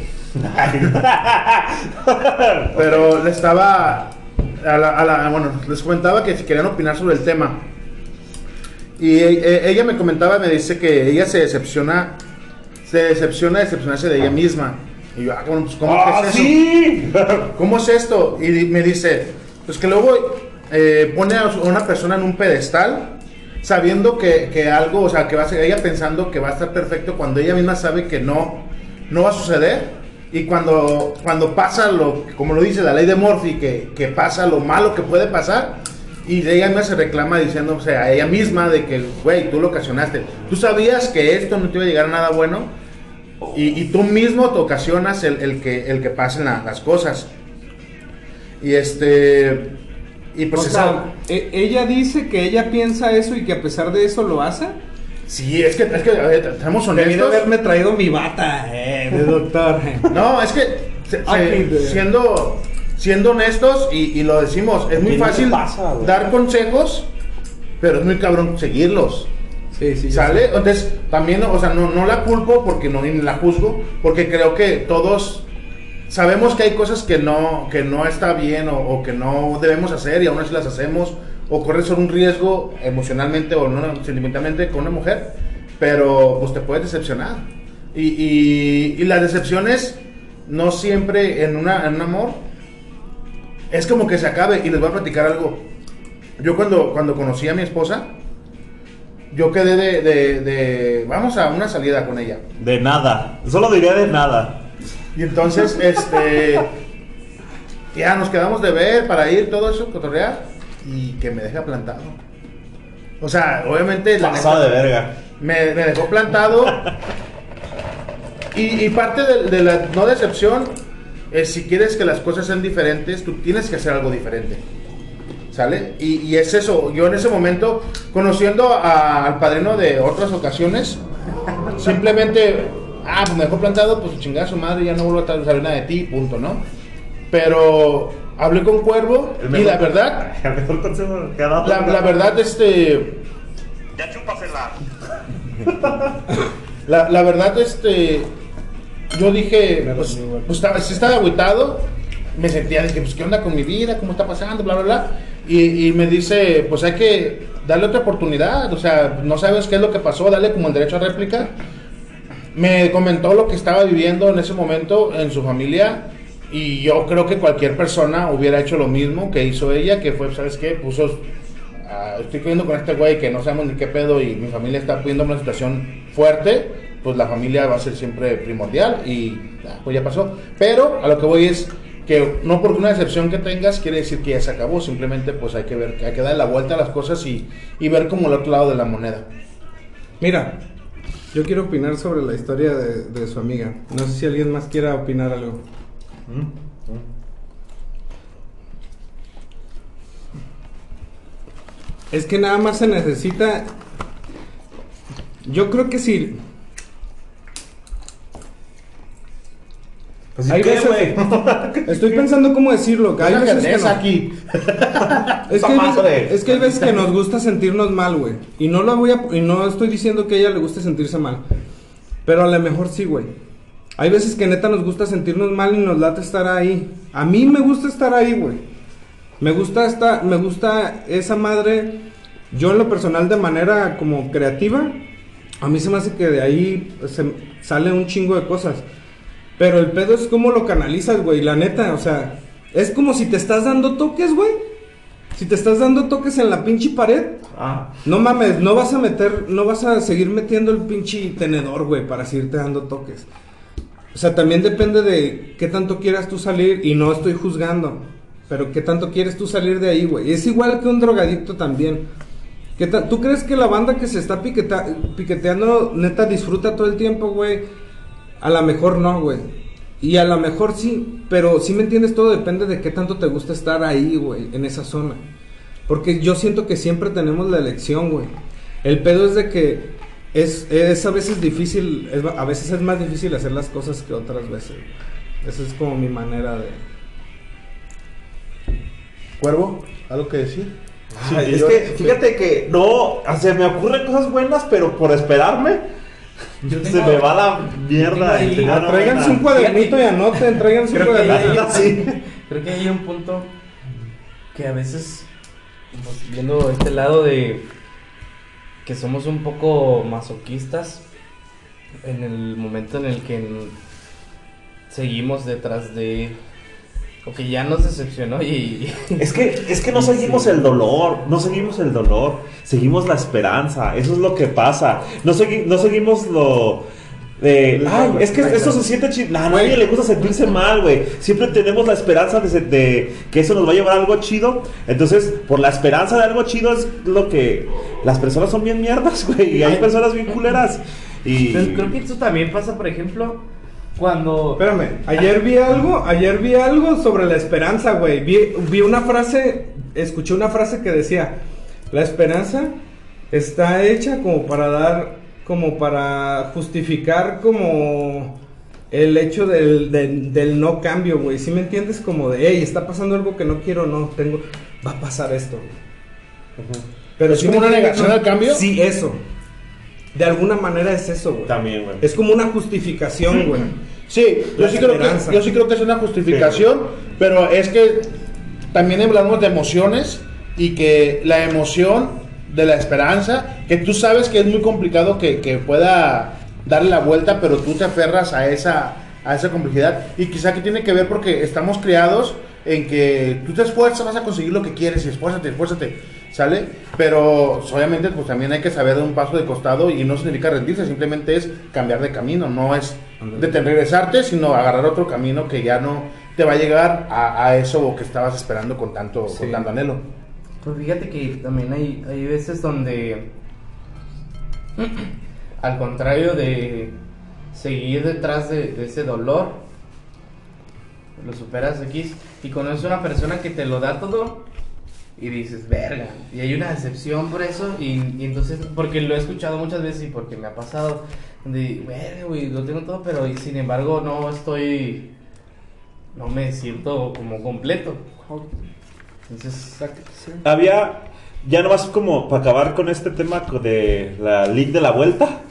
Pero le estaba bueno, les comentaba que si querían opinar sobre el tema. Y ella me comentaba, me dice que ella se decepciona de decepcionarse de ella misma. Y yo, bueno, pues, ¿cómo que es eso? ¡Sí! ¿Cómo es esto? Y me dice, pues que luego pone a una persona en un pedestal, sabiendo que algo, o sea, que va a ser ella pensando que va a estar perfecto cuando ella misma sabe que no va a suceder. Y cuando pasa como lo dice la ley de Murphy, que pasa lo malo que puede pasar, y ella misma se reclama diciendo, o sea, a ella misma de que, güey, tú lo ocasionaste. Tú sabías que esto no te iba a llegar a nada bueno, y tú mismo te ocasionas el que pasen las cosas. Y y pues o sea, ella dice que ella piensa eso y que a pesar de eso lo hace. Sí, es que a ver, estamos honestos. Debí de haberme traído mi bata de doctor. No, es que siendo honestos y lo decimos, es muy fácil dar consejos, pero es muy cabrón seguirlos. Sí, ¿Sale? Entonces, también, o sea, no la culpo porque ni la juzgo, porque creo que todos sabemos que hay cosas que no está bien o que no debemos hacer y aún así las hacemos, o correr sobre un riesgo emocionalmente o no, sentimentalmente con una mujer, pero pues te puedes decepcionar. Y las decepciones no siempre en un amor es como que se acabe. Y les voy a platicar algo. Yo cuando conocí a mi esposa, yo quedé de vamos a una salida con ella. De nada, solo diría de nada. Y entonces, ya nos quedamos de ver para ir, todo eso, cotorrear, y que me deja plantado. O sea, obviamente Pasado de verga. me dejó plantado. Y parte de la no decepción es si quieres que las cosas sean diferentes, tú tienes que hacer algo diferente. ¿Sale? Y es eso. Yo en ese momento, conociendo al padrino de otras ocasiones, simplemente, pues me dejó plantado, pues chingada su madre, ya no vuelvo a saber nada de ti, punto, ¿no? Pero hablé con Cuervo y la verdad, el mejor consejo que ha dado. la verdad, Ya chúpasela. la verdad, yo dije, pues estaba agüitado, me sentía de que, pues, ¿qué onda con mi vida? ¿Cómo está pasando? Bla, bla, bla. Y me dice, pues hay que darle otra oportunidad, o sea, no sabes qué es lo que pasó, dale como el derecho a réplica. Me comentó lo que estaba viviendo en ese momento en su familia, y yo creo que cualquier persona hubiera hecho lo mismo que hizo ella, que fue, ¿sabes qué? Puso, estoy cogiendo con este güey que no sabemos ni qué pedo y mi familia está poniendo una situación fuerte, pues la familia va a ser siempre primordial y pues ya pasó. Pero a lo que voy es que no porque una decepción que tengas quiere decir que ya se acabó, simplemente pues hay que ver, hay que darle la vuelta a las cosas y ver como el otro lado de la moneda. Mira, yo quiero opinar sobre la historia de su amiga. No sé si alguien más quiera opinar algo. Es que nada más se necesita. Yo creo que sí. Pues, Hay ¿qué, veces- güey? Estoy pensando cómo decirlo. Que hay Hay veces que no. aquí. Es que hay veces que nos gusta sentirnos mal, güey. Y no estoy diciendo que a ella le guste sentirse mal. Pero a lo mejor sí, güey. Hay veces que neta nos gusta sentirnos mal y nos late estar ahí. A mí me gusta estar ahí, güey. Me gusta esa madre. Yo en lo personal, de manera como creativa, a mí se me hace que de ahí sale un chingo de cosas. Pero el pedo es cómo lo canalizas, güey. La neta, o sea, es como si te estás dando toques, güey. Si te estás dando toques en la pinche pared, no mames, no vas a seguir metiendo el pinche tenedor, güey, para seguirte dando toques. O sea, también depende de qué tanto quieras tú salir, y no estoy juzgando, pero qué tanto quieres tú salir de ahí, güey. Es igual que un drogadicto también. ¿Tú crees que la banda que se está piqueteando neta disfruta todo el tiempo, güey? A lo mejor no, güey. Y a lo mejor sí, pero si me entiendes, todo depende de qué tanto te gusta estar ahí, güey, en esa zona. Porque yo siento que siempre tenemos la elección, güey. El pedo es de que es a veces difícil, a veces es más difícil hacer las cosas que otras veces. Esa es como mi manera de... Cuervo, ¿algo que decir? Sí, es que fíjate que no, se me ocurren cosas buenas, pero por esperarme se me va la mierda. Tráiganse un cuadernito y anoten, tráiganse un cuadernito. Creo que hay un punto que a veces, pues, viendo este lado de que somos un poco masoquistas en el momento en el que seguimos detrás de... O que ya nos decepcionó y... Es que no seguimos el dolor, seguimos la esperanza, eso es lo que pasa. No seguimos lo de... Ay, es que esto se siente chido. A nadie le gusta sentirse mal, güey. Siempre tenemos la esperanza de que eso nos va a llevar a algo chido. Entonces, por la esperanza de algo chido es lo que... Las personas son bien mierdas, güey, y hay personas bien culeras. Y... Entonces, creo que esto también pasa, por ejemplo... Cuando... Espérame, ayer vi algo sobre la esperanza, güey. Vi una frase, escuché una frase que decía: la esperanza está hecha como para justificar como el hecho del no cambio, güey. ¿Sí me entiendes? Como de, hey, está pasando algo que no quiero, va a pasar esto, güey. Pero ¿Es como una negación al cambio? Sí, eso. De alguna manera es eso, güey. También, güey. Es como una justificación, güey. Sí, yo sí creo que es una justificación, pero es que también hablamos de emociones y que la emoción de la esperanza, que tú sabes que es muy complicado que pueda darle la vuelta, pero tú te aferras a esa complejidad, y quizá que tiene que ver porque estamos criados en que tú te esfuerzas, vas a conseguir lo que quieres y esfuérzate, ¿sale? Pero obviamente pues también hay que saber dar un paso de costado, y no significa rendirse, simplemente es cambiar de camino, no es regresarte, sino agarrar otro camino que ya no te va a llegar a eso que estabas esperando con tanto anhelo. Pues fíjate que también hay veces donde, al contrario de seguir detrás de ese dolor, lo superas X y conoces a una persona que te lo da todo y dices, verga, y hay una decepción por eso, y entonces, porque lo he escuchado muchas veces y porque me ha pasado, de, verga, güey, lo tengo todo, pero y sin embargo no me siento como completo. Entonces, había, ya nomás como para acabar con este tema de la League de la Vuelta,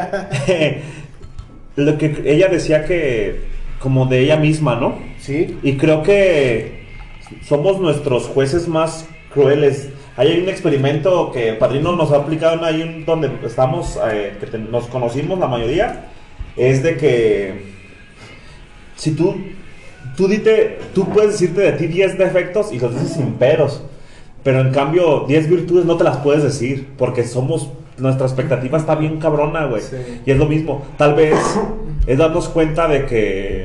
lo que ella decía que, como de ella misma, ¿no? Sí. Y creo que somos nuestros jueces más crueles. Hay un experimento que el padrino nos ha aplicado ahí donde estamos, nos conocimos la mayoría, es de que si tú puedes decirte de ti 10 defectos y los dices sin peros, pero en cambio 10 virtudes no te las puedes decir, porque nuestra expectativa está bien cabrona, güey. Sí. Y es lo mismo, tal vez es darnos cuenta de que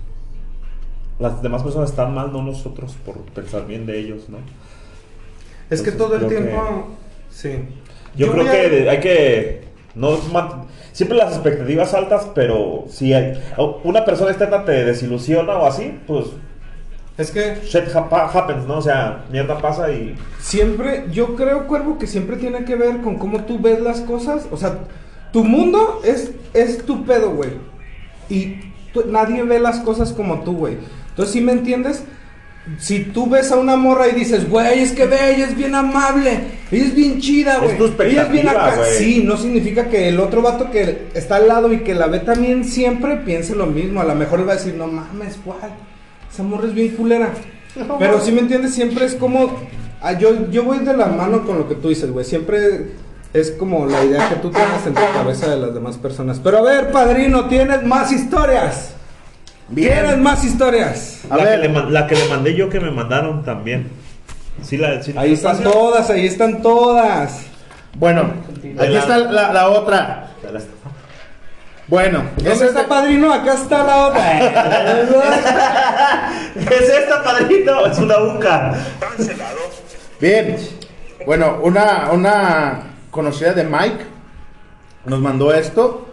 las demás personas están mal, no nosotros, por pensar bien de ellos, ¿no? Es que todo el tiempo, sí. Yo creo que hay que siempre las expectativas altas, pero si una persona externa te desilusiona o así, pues es que shit happens, ¿no? O sea, mierda pasa y siempre, yo creo, Cuervo, que siempre tiene que ver con cómo tú ves las cosas. O sea, tu mundo es tu pedo, güey, y nadie ve las cosas como tú, güey. Entonces, ¿sí me entiendes? Si tú ves a una morra y dices, güey, es que ve, ella es bien amable, ella es bien chida, güey, ella es bien acá, güey. Sí, no significa que el otro vato que está al lado y que la ve también siempre piense lo mismo. A lo mejor le va a decir, no mames, ¿cuál? Esa morra es bien culera. No, pero si me entiendes, siempre es como, yo voy de la mano con lo que tú dices, güey. Siempre es como la idea que tú tienes en tu cabeza de las demás personas. Pero a ver, padrino, ¿tienes más historias? Bien. ¿Tienes más historias? La que le mandé yo, que me mandaron también. Sí, ahí están todas, ahí están todas. Bueno, aquí está la otra. Bueno, ¿dónde está, padrino? Acá está la otra. ¿Qué es esta, padrino? Es una uca. Bien. Bueno, una conocida de Mike nos mandó esto.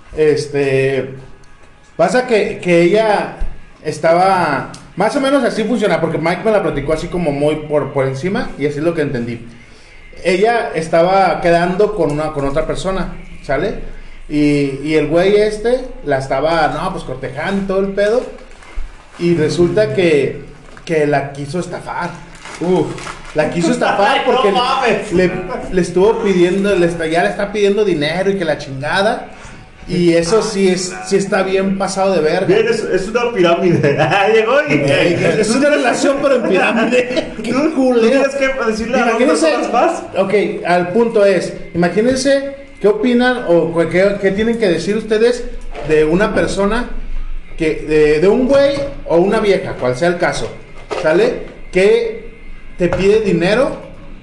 Pasa que ella estaba más o menos así funciona, porque Mike me la platicó así como muy por encima, y así es lo que entendí. Ella estaba quedando con otra persona, ¿sale? Y el güey la estaba, pues cortejando y todo el pedo, y resulta que la quiso estafar. La quiso estafar porque le estuvo pidiendo, ya le está pidiendo dinero y que la chingada. Y eso sí está bien pasado de verga. Bien, es una pirámide. Llegó y... Es una relación, pero en pirámide. Qué ¿Tú culero. tienes que decirle a Imagínense, dos personas más? ok, al punto es, imagínense qué opinan o qué tienen que decir ustedes de una persona de un güey o una vieja, cual sea el caso, ¿sale? Que te pide dinero,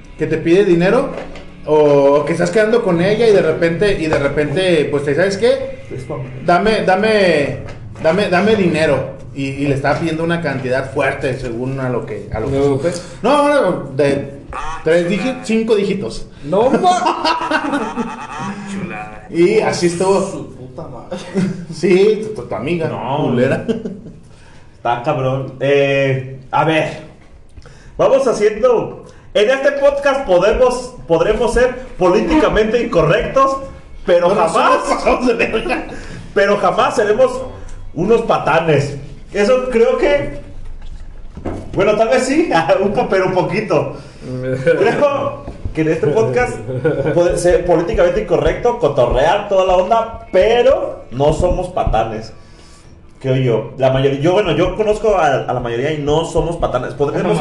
o que estás quedando con ella y de repente, pues te sabes qué, dame dinero. Y le estaba pidiendo una cantidad fuerte según a lo que supe. No, de 5 dígitos. No, Y así estuvo. Su puta madre. Sí, tu amiga. No, culera. Está cabrón. A ver, vamos haciendo... En este podcast podremos ser políticamente incorrectos, pero jamás seremos unos patanes. Eso creo que... Bueno, tal vez sí, pero un poquito. Creo que en este podcast puede ser políticamente incorrecto, cotorrear toda la onda, pero no somos patanes. Creo yo. La mayoría, yo conozco a la mayoría y no somos patanes. Podemos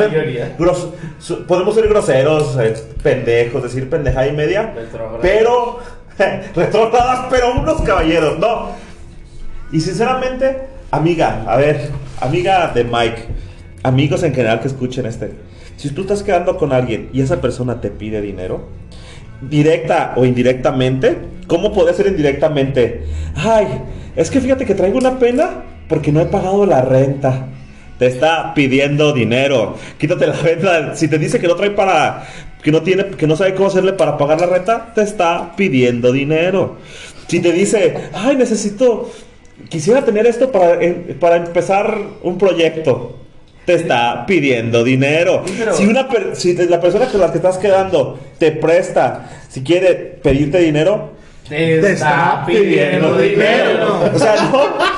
ser groseros, pendejos, decir pendejada y media, pero retrógradas, pero unos caballeros, no. Y sinceramente, amiga de Mike, amigos en general que escuchen si tú estás quedando con alguien y esa persona te pide dinero, directa o indirectamente, ¿cómo puede ser indirectamente? Ay, es que fíjate que traigo una pena porque no he pagado la renta. Te está pidiendo dinero. Quítate la renta. Si te dice que no trae que no sabe cómo hacerle para pagar la renta, te está pidiendo dinero. Si te dice, ay, quisiera tener esto para empezar un proyecto, te está pidiendo dinero. Pero... Si la persona con la que estás quedando te presta, si quiere pedirte dinero, te está pidiendo dinero. O sea,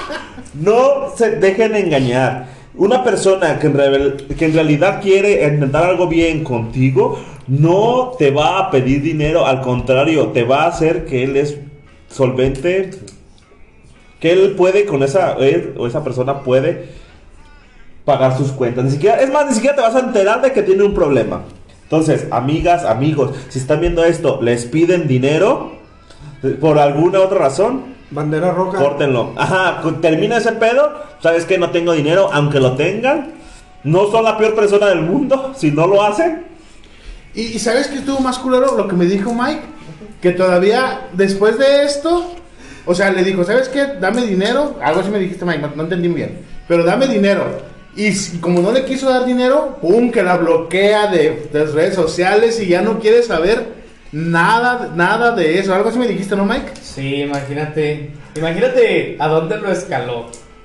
no se dejen engañar. Una persona que en realidad quiere intentar algo bien contigo, no te va a pedir dinero. Al contrario, te va a hacer que él es solvente, que él o esa persona puede pagar sus cuentas. Ni siquiera te vas a enterar de que tiene un problema. Entonces, amigas, amigos, si están viendo esto, les piden dinero por alguna otra razón, bandera roja, córtenlo. Ajá, termina ese pedo. Sabes que no tengo dinero, aunque lo tengan. No son la peor persona del mundo si no lo hacen. Y ¿sabes qué estuvo más culero? Lo que me dijo Mike, que todavía después de esto, o sea, le dijo, ¿sabes qué? Dame dinero. Algo así me dijiste, Mike, no entendí bien, pero dame dinero. Y como no le quiso dar dinero, pum, que la bloquea de las redes sociales y ya no quiere saber nada de eso. Algo así me dijiste, ¿no, Mike? Sí, imagínate a dónde lo escaló.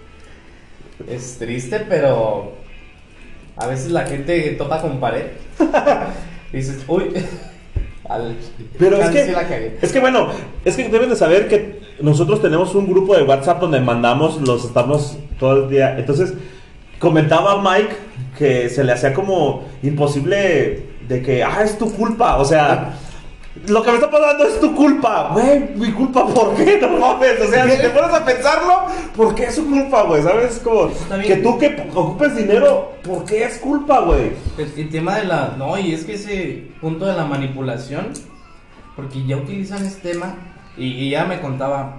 Es triste, pero a veces la gente topa con pared. Dices, uy. Pero es que deben de saber que nosotros tenemos un grupo de WhatsApp donde estamos todo el día. Entonces comentaba Mike que se le hacía como imposible de que es tu culpa, o sea, lo que me está pasando es tu culpa, güey. ¿Mi culpa por qué? No mames, o sea, si te pones a pensarlo, ¿por qué es su culpa, güey? ¿Sabes? Como que tú que ocupes dinero, ¿por qué es culpa, güey? El tema de y es que ese punto de la manipulación, porque ya utilizan este tema y ya me contaba,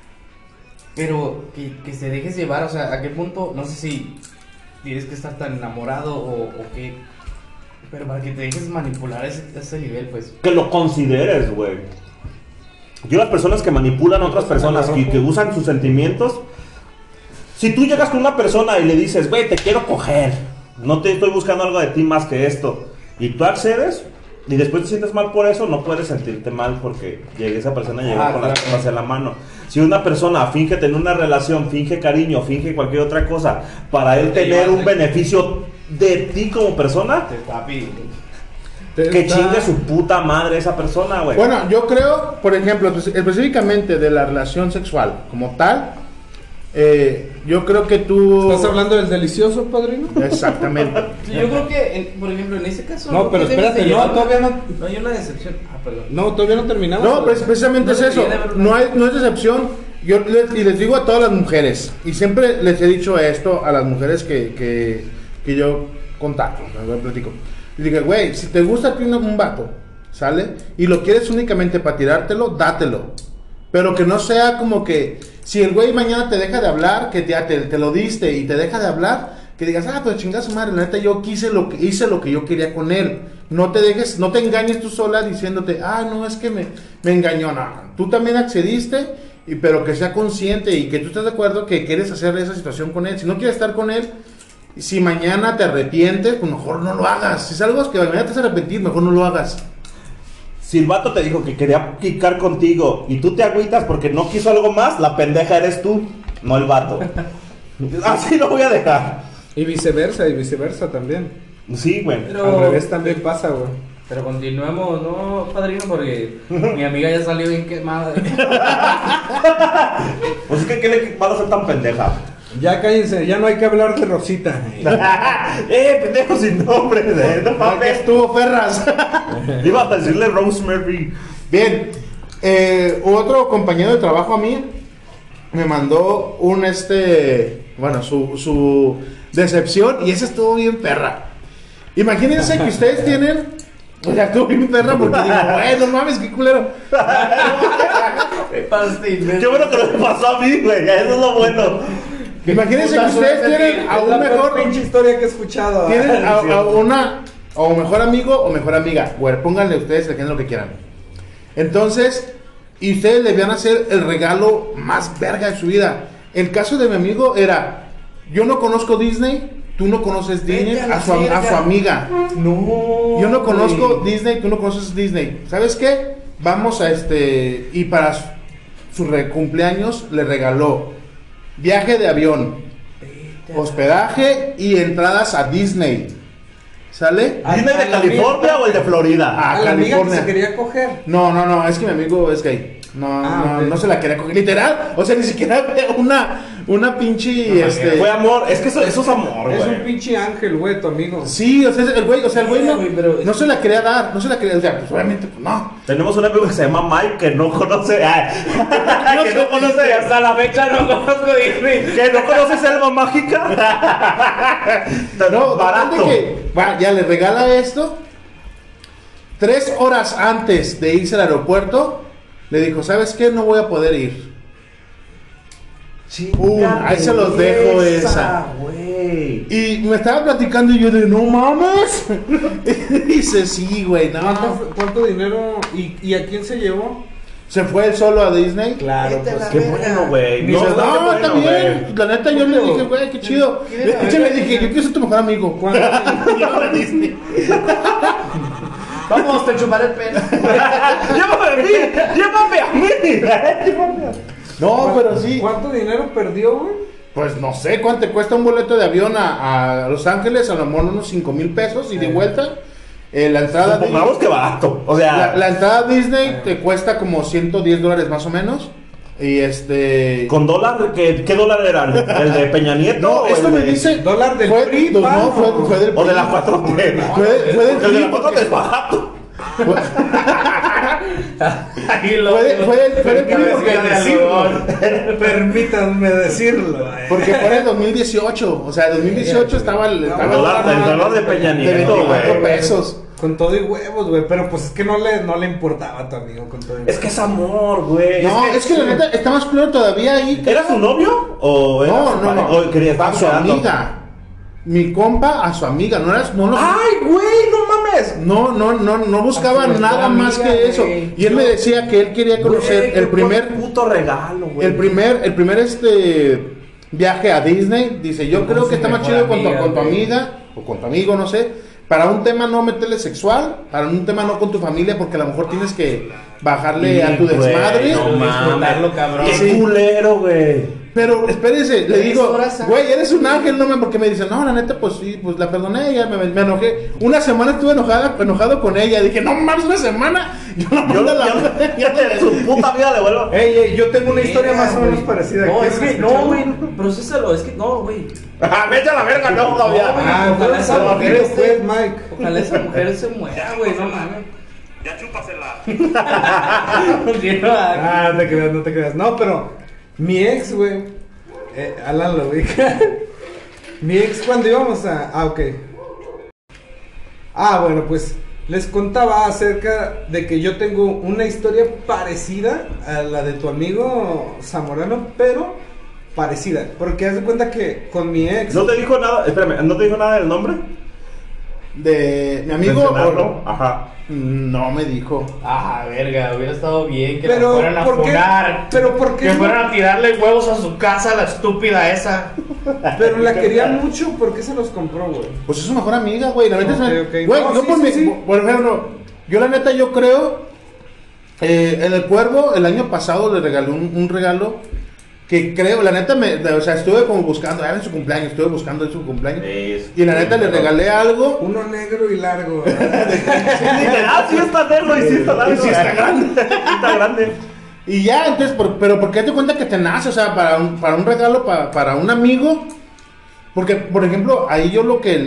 pero que se dejes llevar, o sea, ¿a qué punto? No sé si tienes que estar tan enamorado o qué, pero para que te dejes manipular a ese nivel, pues. Que lo consideres, güey. Yo las personas que manipulan a otras personas, que usan sus sentimientos, si tú llegas con una persona y le dices, güey, te quiero coger, no te estoy buscando algo de ti más que esto, y tú accedes, y después te sientes mal por eso, no puedes sentirte mal porque esa persona llegó con las cosas en la mano. Si una persona finge tener una relación, finge cariño, finge cualquier otra cosa, para él tener un beneficio de ti como persona, que chingue su puta madre esa persona, güey. Bueno, yo creo, por ejemplo, específicamente de la relación sexual como tal, yo creo que tú... ¿Estás hablando del delicioso, padrino? Exactamente. Yo creo que, por ejemplo, en ese caso... No, pero espérate, todavía no... No hay una decepción. Perdón. No, todavía no terminamos. No, precisamente es eso. No es decepción y les digo a todas las mujeres, y siempre les he dicho esto a las mujeres que yo contacto, me platico. Y digo, güey, si te gusta a ti un vato, ¿sale? Y lo quieres únicamente para tirártelo, dátelo. Pero que no sea como que, si el güey mañana te deja de hablar, que ya te lo diste y te deja de hablar, que digas, pues chingada su madre, la neta yo hice lo que yo quería con él. No te engañes tú sola diciéndote, no, es que me engañó. No, tú también accediste, pero que sea consciente y que tú estés de acuerdo que quieres hacer esa situación con él. Si no quieres estar con él, si mañana te arrepientes, pues mejor no lo hagas. Si es algo que mañana te vas a arrepentir, mejor no lo hagas. Si el vato te dijo que quería quicar contigo y tú te agüitas porque no quiso algo más, la pendeja eres tú, no el vato. Así lo voy a dejar. Y viceversa también. Sí, güey. Al revés también pasa, güey. Pero continuemos, ¿no, padrino? Porque mi amiga ya salió bien quemada. Pues es que ¿qué le va a ser tan pendeja? Ya cállense, ya no hay que hablar de Rosita. Pendejo sin nombre, no ¿Qué mames. estuvo, Ferras? Iba a decirle Rosemary. Bien, otro compañero de trabajo a mí me mandó su decepción, y esa estuvo bien perra. Imagínense que ustedes tienen, o sea, estuvo bien perra porque digo, no mames, qué culero. Qué bueno que no me pasó a mí, güey, eso es lo bueno. Imagínense que ustedes tienen a un mejor pinche historia que he escuchado. tienen a una o mejor amigo o mejor amiga, güey, pónganle ustedes el género que quieran. Entonces, y ustedes le van a hacer el regalo más verga de su vida. El caso de mi amigo era, yo no conozco Disney, tú no conoces Disney, a su amiga. No. Yo no conozco Disney, tú no conoces Disney. ¿Sabes qué? Vamos y para su cumpleaños le regaló viaje de avión, hospedaje y entradas a Disney. ¿Sale? ¿Disney de California o el de Florida? A la amiga que California. se quería coger. No, es que mi amigo es gay. Ok. No se la quería coger. Literal, o sea, ni siquiera una pinche, Fue amor, es que eso es amor, Es un güey. pinche ángel, güey, tu amigo. Sí, o sea, el güey no, güey, pero- no se la quería dar, o sea, pues obviamente, pues no. Tenemos un amigo que se llama Mike que no conoce. Que no conoce. Hasta la fecha no conozco Disney. Que no conoce Selva Mágica. No, Barato. barato. Ya le regala esto. 3 horas antes de irse al aeropuerto, le dijo, ¿sabes qué? No voy a poder ir. Ahí se los dejo esa. Güey. Y me estaba platicando y yo de, no mames. Y dice, sí, güey, no. ¿Cuánto dinero y a quién se llevó? Se fue él solo a Disney. Claro, pues. Qué bueno, güey. Y dice, qué no, bueno, está bien. güey. La neta, yo le dije, güey, qué chido. De hecho, le dije, yo quiero ser tu mejor amigo. ¿Cuánto? Disney. Vamos, te chuparé el pelo. Llévame a mí. No, pero sí. ¿Cuánto dinero perdió, güey? Pues no sé cuánto te cuesta un boleto de avión a Los Ángeles, a lo mejor unos 5,000 pesos y de vuelta. La entrada de Supongamos que barato. O sea, la entrada a Disney te cuesta como $110 más o menos. Y ¿con dólar? ¿Qué dólar era? ¿El de Peña Nieto? No, o esto el me de- dice. Dólar del fue, PRI, no, pa. fue del O de la PRI. 4T. Fue del El de PRI la 4T porque- es barato. Fue del PRI porque. Permítanme decirlo. Porque fue en el 2018. O sea, en 2018 estaba el dólar de Peña de Nieto, 24 güey. pesos. Con todo y huevos, güey. Pero pues es que no le importaba a tu amigo con todo y huevos. Es que es amor, güey. No, es que la neta está más claro todavía ahí. ¿Era su novio? ¿O era su pareja? ¿O quería estar A su quedando? amiga. Mi compa a su amiga. No, ¡Ay, güey! ¡No mames! no buscaba A su nada más amiga, que eso. güey. Y él me decía que él quería conocer Güey, el qué primer puto regalo, güey. El primer viaje a Disney. Dice, yo creo que está más chido con tu amiga o con tu amigo, no sé. Para un tema no meterle sexual, para un tema no con tu familia, porque a lo mejor tienes que bajarle a tu Güey, desmadre. no Disfrutarlo, cabrón. ¡Qué Sí. culero, güey! Pero espérense, le 3 digo, horas antes. güey, eres un ángel, no me, porque me dice, no, la neta, pues sí, pues la perdoné, ya me enojé. Una semana estuve enojado con ella. Dije, no mames, una semana. Yo la Yo mando a la en su puta vida le vuelvo. Ey, yo tengo una historia más o menos parecida. No, ¿Quieres es que escucharla? no, güey. Procésalo, es que no, güey. ¡Vete a la verga, no, todavía! Ah, Ojalá esa mujer eres esté- pues, Mike. Ojalá esa mujer se muera, güey, no mames. Ya chúpasela. Continúa. Ah, no te creas. No, pero Mi ex, güey. Alan lo ubica. Mi ex cuando íbamos a... ok. Bueno, pues les contaba acerca de que yo tengo una historia parecida a la de tu amigo Zamorano, pero parecida. Porque haz de cuenta que con mi ex... ¿No te dijo nada? Espérame, ¿no te dijo nada del nombre? De mi amigo. ¿Mencionarlo? Ajá. No me dijo. Verga, hubiera estado bien que Pero, la fueran a ¿por qué? funar. Pero, ¿por qué Que no? fueran a tirarle huevos a su casa, la estúpida esa. Pero la quería mucho, ¿por qué se los compró, güey? Pues es su mejor amiga, güey. La neta Ok. Güey, No, yo sí, por sí, mi. sí. Por ejemplo, yo la neta, yo creo. En el Cuervo, el año pasado le regalé un regalo. Que creo, la neta, o sea, estuve como buscando. Era en su cumpleaños, estuve buscando en su cumpleaños. Y la neta le regalé algo. Uno negro y largo. Sí, está negro y sí está largo. Y sí está grande. Sí está grande. Y ya, entonces, pero ¿por qué te cuenta que te nace? O sea, para un regalo, para un amigo. Porque, por ejemplo, ahí yo lo que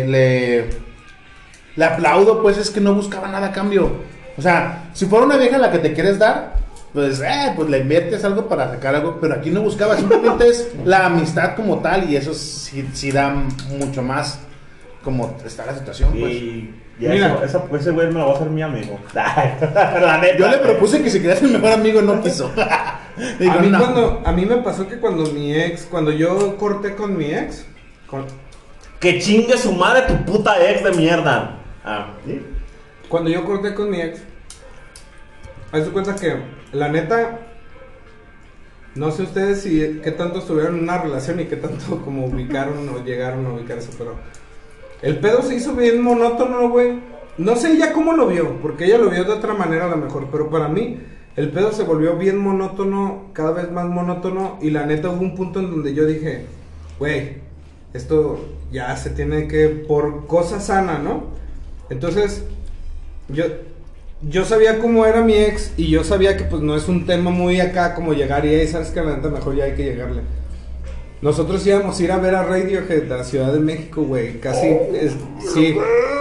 le aplaudo, pues, es que no buscaba nada a cambio. O sea, si fuera una vieja la que te quieres dar, pues le inviertes algo para sacar algo. Pero aquí no buscaba, simplemente es la amistad como tal. Y eso sí da mucho más como está la situación, pues. Y ya Mira. ese güey me lo va a hacer mi amigo. La neta. Yo le propuse que si querías el mejor amigo, no quiso. Digo, A mí, no. a mí me pasó que cuando yo corté con mi ex, Que chingue su madre tu puta ex de mierda. ¿Sí? cuando yo corté con mi ex, haz de cuenta que, la neta, no sé ustedes qué tanto estuvieron en una relación y qué tanto como ubicaron o llegaron a ubicarse, pero el pedo se hizo bien monótono, güey. No sé ella cómo lo vio, porque ella lo vio de otra manera a lo mejor, pero para mí el pedo se volvió bien monótono, cada vez más monótono, y la neta hubo un punto en donde yo dije, güey, esto ya se tiene que, por cosa sana, ¿no? Entonces, yo sabía cómo era mi ex y yo sabía que pues no es un tema muy acá como llegar y sabes que la neta mejor ya hay que llegarle. Nosotros íbamos a ir a ver a Radiohead a la Ciudad de México, güey, casi, sí.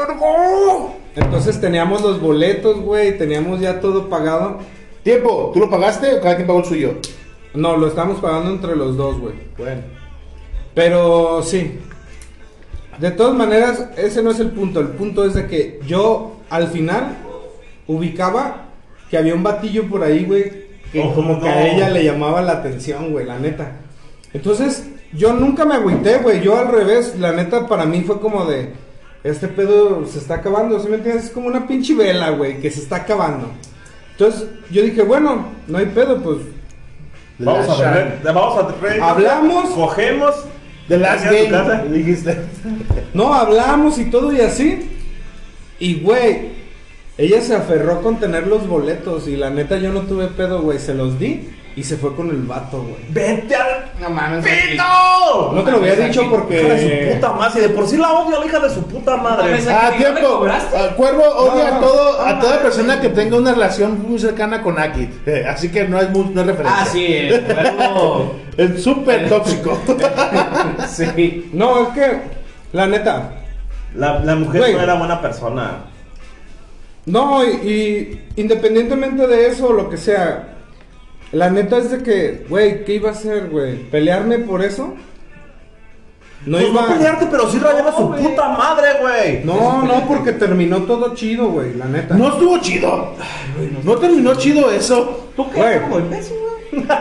Entonces teníamos los boletos, güey, teníamos ya todo pagado. Tiempo, ¿tú lo pagaste o cada quien pagó el suyo? No, lo estábamos pagando entre los dos, güey. Bueno. Pero sí. De todas maneras, ese no es el punto. El punto es de que yo al final ubicaba que había un batillo por ahí, güey, que como que a ella le llamaba la atención, güey, la neta. Entonces, yo nunca me agüité, güey. Yo al revés, la neta para mí fue como de, este pedo se está acabando, ¿sí me entiendes? Es como una pinche vela, güey, que se está acabando. Entonces, yo dije, bueno, no hay pedo, pues. Vamos a ver. Hablamos. Cogemos. The Last Llegas a tu Game, casa. dijiste. No, hablamos y todo y así. Y, güey, ella se aferró con tener los boletos. Y la neta yo no tuve pedo, güey. Se los di y se fue con el vato, güey. ¡Vete al No mames. pito! No te lo había dicho Hija de porque... su puta madre. Si de por sí la odio a la hija de su puta madre. mames. Ah, ¿Que no le tiempo. cobraste? Cuervo odia No, a toda persona que tenga una relación muy cercana con Akit. Así que no es referencia. Sí, el cuervo. Es súper tóxico. Sí. No, es que, la neta... La mujer Güey. no era buena persona. No, y independientemente de eso o lo que sea, la neta es de que, güey, ¿qué iba a hacer, güey? ¿Pelearme por eso? No Pues iba... no pelearte, pero sí rayar a su güey. puta madre, güey. No, porque terminó todo chido, güey, la neta. No estuvo chido. No terminó chido eso. ¿Tú qué? Güey. Como imbécil, güey.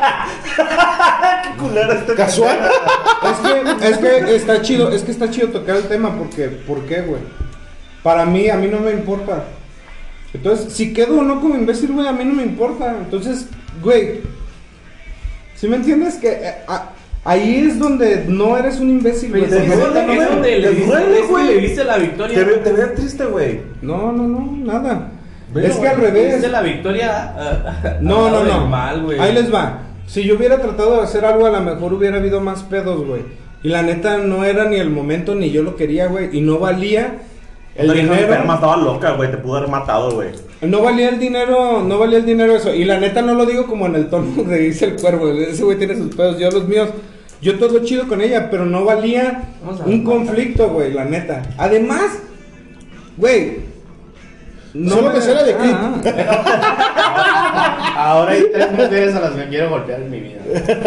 Qué culero este Casual. Es que está chido tocar el tema porque, ¿por qué, güey? A mí no me importa. Entonces, si quedo o no como imbécil, güey, a mí no me importa. Entonces, güey, ¿sí me entiendes? Que ahí es donde no eres un imbécil, güey. Pero porque es neta no- donde le duele, güey. le viste la victoria. Te ve triste, güey. No, nada. Pero, Es que al güey, revés. viste la victoria. No, al lado del no. mal, güey. Ahí les va. Si yo hubiera tratado de hacer algo, a lo mejor hubiera habido más pedos, güey. Y la neta no era ni el momento ni yo lo quería, güey. Y no valía el dinero. enferma, estaba loca, güey. Te pudo haber matado, güey. No valía el dinero eso. Y la neta no lo digo como en el tono de dice el cuervo. Ese güey tiene sus pedos, yo los míos. Yo todo chido con ella, pero no valía Vamos a un ver. conflicto, güey, la neta. Además, güey. Solo que será de clip. Ahora hay 3 mujeres a las que quiero golpear en mi vida.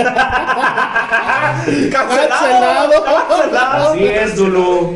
¡Cancelado! Así es, Dulu.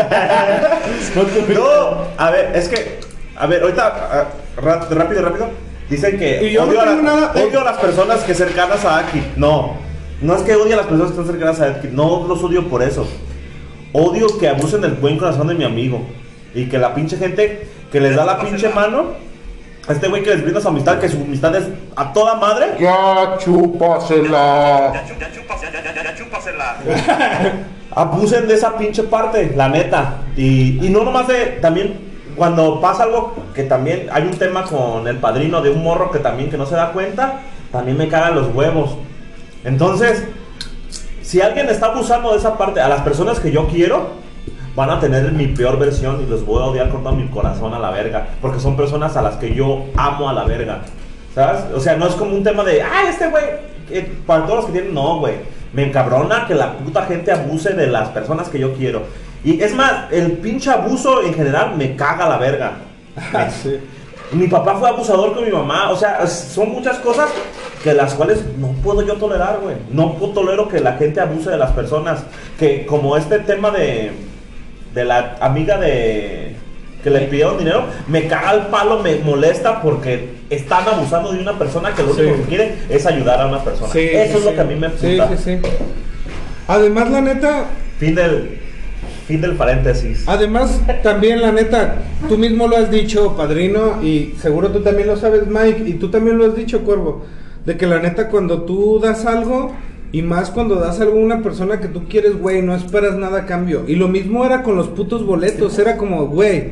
No, a ver, es que, a ver, ahorita, rápido. Dicen que Y yo no odio, tengo nada- odio a las personas que cercanas a Aki. No es que odie a las personas que están cercanas a Aki. No los odio por eso. Odio que abusen del buen corazón de mi amigo. Y que la pinche gente que les da la pinche mano, a este güey que les brinda su amistad, que su amistad es a toda madre. Ya chúpasela. Ya chúpasela. Abusen de esa pinche parte, la neta. Y no nomás de, también cuando pasa algo, que también hay un tema con el padrino de un morro que también que no se da cuenta, también me cagan los huevos. Entonces, si alguien está abusando de esa parte, a las personas que yo quiero, van a tener mi peor versión y los voy a odiar con todo mi corazón a la verga, porque son personas a las que yo amo a la verga, ¿sabes? O sea, no es como un tema de, este güey, para todos los que tienen, no, güey. Me encabrona que la puta gente abuse de las personas que yo quiero. Y es más, el pinche abuso en general me caga la verga. Sí. Mi papá fue abusador con mi mamá. O sea, son muchas cosas que las cuales no puedo yo tolerar, güey. No tolero que la gente abuse de las personas. Que como este tema de la amiga de que le pidieron dinero, me caga el palo, me molesta porque están abusando de una persona que lo único que quiere es ayudar a una persona. Sí, Eso es sí, lo que a mí me puta. Sí. Además, la neta, Fin del paréntesis. además, también la neta, tú mismo lo has dicho, padrino, y seguro tú también lo sabes, Mike, y tú también lo has dicho, Cuervo, de que la neta cuando tú das algo, y más cuando das algo a una persona que tú quieres, güey, no esperas nada a cambio. Y lo mismo era con los putos boletos, era como, güey,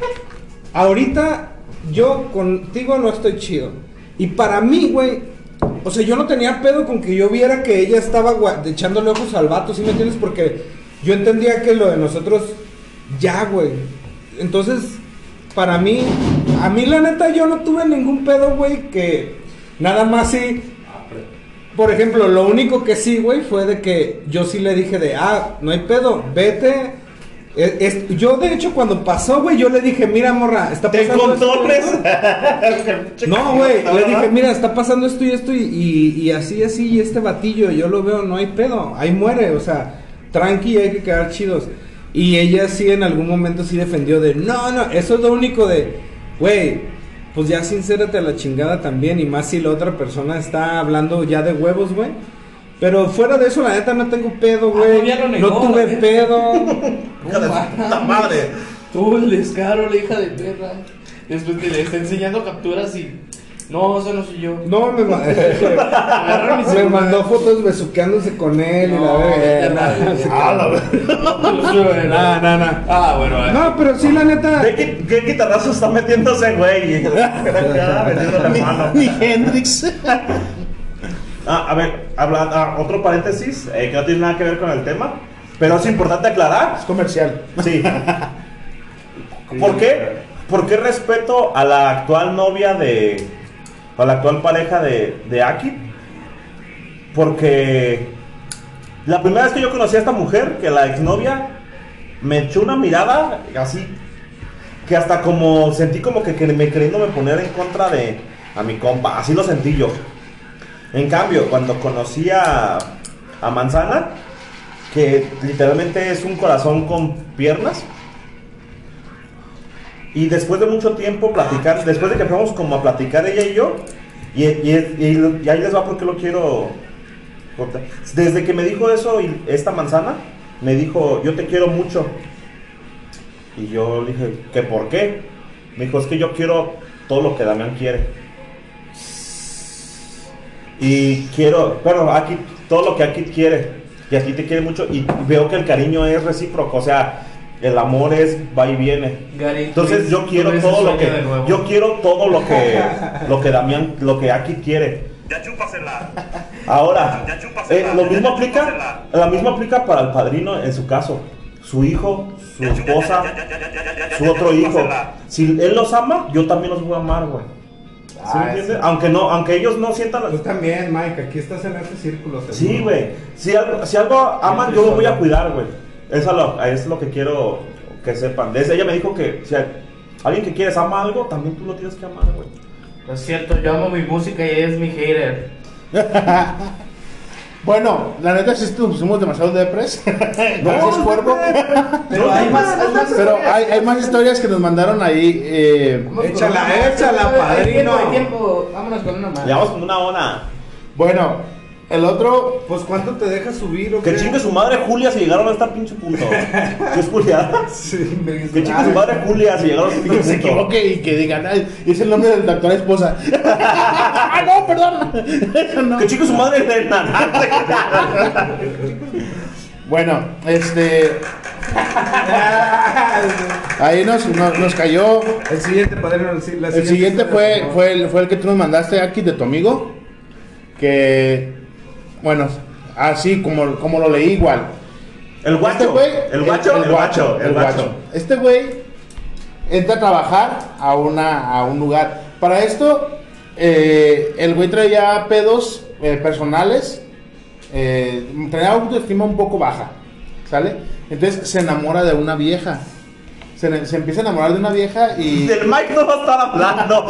ahorita yo contigo no estoy chido. Y para mí, güey, o sea, yo no tenía pedo con que yo viera que ella estaba echándole ojos al vato, ¿sí me entiendes? Porque yo entendía que lo de nosotros, ya, güey. Entonces, para mí, a mí la neta yo no tuve ningún pedo, güey, que nada más sí. Por ejemplo, lo único que sí, güey, fue de que yo sí le dije de, no hay pedo, vete. Yo, de hecho, cuando pasó, güey, yo le dije, mira, morra, está ¿Te pasando contó, esto". No, güey, le dije, mira, está pasando esto y esto y así, y este batillo, yo lo veo, no hay pedo, ahí muere, o sea, tranqui, hay que quedar chidos. Y ella sí en algún momento sí defendió de, no, eso es lo único de, güey, pues ya sincérate a la chingada también, y más si la otra persona está hablando ya de huevos, güey. Pero fuera de eso, la neta, no tengo pedo, güey. ya lo negó, no tuve la neta. pedo. Hija de su puta madre. Tú el descaro, la hija de perra. Después le está enseñando capturas y... No, eso no soy yo. No, me mandó fotos besuqueándose con él y la verga. Ah, bueno. No, pero sí, la neta. ¿Qué guitarrazo está metiéndose, güey? Ni Hendrix. A ver, otro paréntesis que no tiene nada que ver con el tema, pero es importante aclarar. Es comercial. Sí. ¿Por qué? ¿Por qué respeto a la actual novia a la actual pareja de Aki? Porque la primera vez que yo conocí a esta mujer, que la exnovia, me echó una mirada así, que hasta como sentí como que me queriéndome poner en contra a mi compa, así lo sentí yo. En cambio, cuando conocí a Manzana, que literalmente es un corazón con piernas, y después de mucho tiempo platicar, después de que fuimos como a platicar ella y yo, y ahí les va porque lo quiero cortar. Desde que me dijo eso esta Manzana, me dijo, yo te quiero mucho. Y yo le dije, ¿qué por qué? Me dijo, es que yo quiero todo lo que Damián quiere. Y quiero, aquí, todo lo que Aki quiere. Y a ti te quiere mucho. Y veo que el cariño es recíproco. O sea, el amor va y viene. Gary, entonces yo quiero todo lo que lo que Damián, lo que Aki quiere. Ya chúpasela. Ahora, Ya chúpasela. lo mismo aplica para el padrino en su caso. Su hijo, su esposa, su otro hijo. Si él los ama, yo también los voy a amar, güey. ¿Sí me entiendes? Aunque ellos no sientan Tú también, Mike, aquí estás en este círculo. seguro. Sí, güey. Si algo aman, yo lo voy a cuidar, güey. Eso es lo que quiero que sepan. Ella me dijo que si alguien que quieres ama algo, también tú lo tienes que amar, güey. Lo cierto, yo amo mi música y ella es mi hater. Bueno, la neta sí nos pusimos demasiado depres. Gracias, Cuervo. Pero hay más, Pero hay más historias que nos mandaron ahí. Échala, padrino. Hay tiempo, vámonos con una más. Llevamos como una hora. Bueno, el otro. Pues ¿cuánto te deja subir o Que qué? chingue su madre Julia si llegaron a este pinche punto. ¿Qué es Julia? Sí, me dice, Que chingue su madre Julia si llegaron a este Que se pinche punto. equivoque y que digan, ay, es el nombre de la actual esposa. ¡Ah, no, perdón! Eso no. Que chingue su madre Elena. Bueno, ahí nos cayó. El siguiente, padrino. El siguiente fue el que tú nos mandaste aquí de tu amigo. Que, bueno, así como lo leí igual. El guacho. Este güey, El guacho. el guacho. Este güey entra a trabajar a un lugar. Para esto, el güey traía pedos personales. Traía autoestima un poco baja, ¿sale? Entonces se enamora de una vieja. Se empieza a enamorar de una vieja y... Del Mike no va a estar hablando.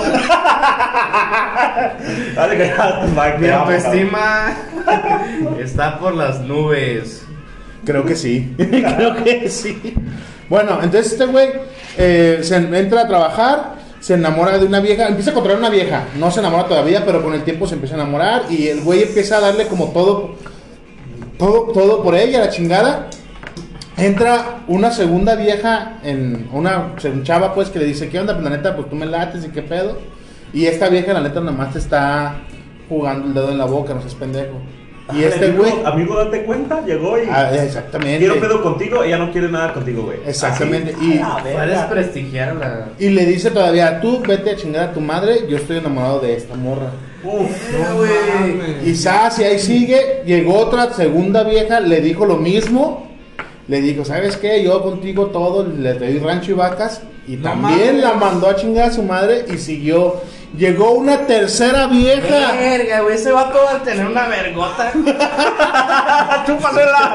Dale que ya, Mike. Mi te amo, autoestima está por las nubes. Creo que sí. Creo que sí. Bueno, entonces este güey se entra a trabajar, se enamora de una vieja, empieza a controlar una vieja. No se enamora todavía, pero con el tiempo se empieza a enamorar y el güey empieza a darle como todo por ella, la chingada. Entra una segunda vieja, una chava pues que le dice, ¿qué onda? Pues la neta, pues tú me lates y qué pedo. Y esta vieja la neta nomás te está jugando el dedo en la boca, no seas pendejo. Y este güey... Amigo, date cuenta, llegó y... exactamente. Quiero pedo contigo, ella no quiere nada contigo, güey. Exactamente. Así. Puedes prestigiarla. Y le dice todavía, tú vete a chingar a tu madre, yo estoy enamorado de esta morra. Uf, No, güey. Y y ahí sigue, llegó otra segunda vieja, le dijo lo mismo. Le dijo, ¿sabes qué? Yo contigo todo, le doy rancho y vacas. Y No también mames. la mandó a chingar a su madre y siguió. Llegó una tercera vieja. Verga, güey, ese vato va a tener una vergota. ¡Chúpasela!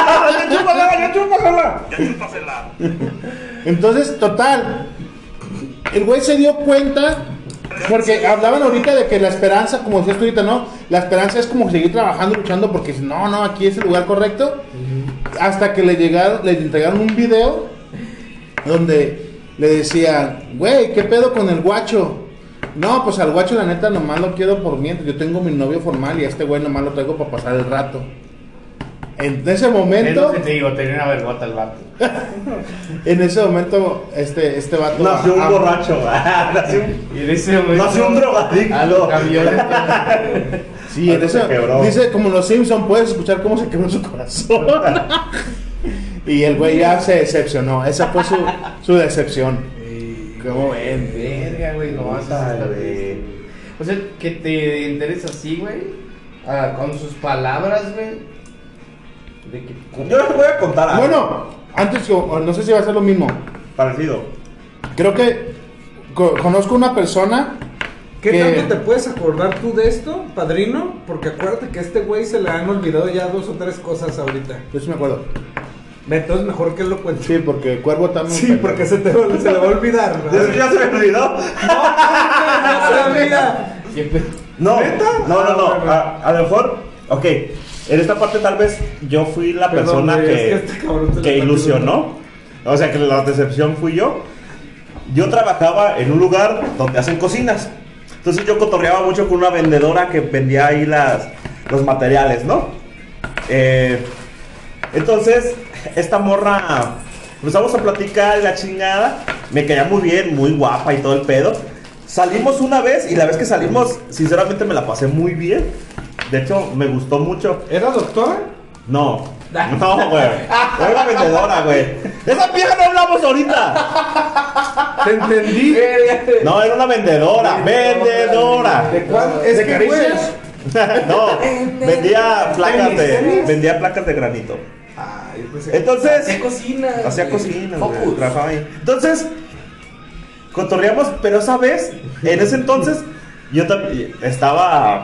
¡Ya chúpasela! Ya chúpasela. Entonces, total, el güey se dio cuenta, porque hablaban ahorita de que la esperanza, como decías tú ahorita, ¿no? La esperanza es como seguir trabajando, luchando, porque no, aquí es el lugar correcto. Hasta que le entregaron un video donde le decían, güey, ¿qué pedo con el guacho? No, pues al guacho la neta nomás lo quiero por mientras, yo tengo mi novio formal y a este güey nomás lo traigo para pasar el rato. En ese Es momento... lo que te digo, tenía una vergota el vato. En ese momento, este vato... Nació un borracho. Y dice, güey, Nació un drogadicto. a los camiones. Sí, en Se eso, quebró. dice, como los Simpson, puedes escuchar cómo se quebró su corazón. Y el güey ya se decepcionó. Esa fue su decepción. ¿Cómo ven? Verga, güey, no haces esta vez. O sea, que te enteres así, güey, con sus palabras, güey. De que... Yo les voy a contar algo. Bueno, antes, no sé si va a ser lo mismo. Parecido. Creo que conozco una persona ¿Qué que- tanto te puedes acordar tú de esto, padrino? Porque acuérdate que a este güey se le han olvidado ya 2 o 3 cosas ahorita. Yo sí me acuerdo. Entonces mejor que él lo cuente. Sí, porque el cuervo también... Sí, porque se le va a olvidar. ¿Eso ya se me olvidó? No se olvida. Siempre... No. ¿Neta? No. Ah, A lo mejor, ok. En esta parte tal vez yo fui la Perdón, persona güey, que, es que este cabrón se le que está ilusionó. O sea, que la decepción fui yo. Yo trabajaba en un lugar donde hacen cocinas. Entonces yo cotorreaba mucho con una vendedora que vendía ahí los materiales, ¿no? Entonces, esta morra, empezamos a platicar y la chingada. Me caía muy bien, muy guapa y todo el pedo. Salimos una vez y la vez que salimos, sinceramente me la pasé muy bien. De hecho, me gustó mucho. ¿Era doctora? No, güey. Era una vendedora, güey. ¡De esa vieja no hablamos ahorita! Te entendí. No, era una vendedora. ¡Vendedora! ¿De cuál? Es ¿De que, caricias? güey. No, vendía ¿Tenis? vendía placas de granito. Ay, yo pensé que- Entonces, Hacía cocina. hacía güey. cocina, güey. Focus. Trabajaba ahí. Entonces, cotorreamos, pero esa vez, en ese entonces, yo también estaba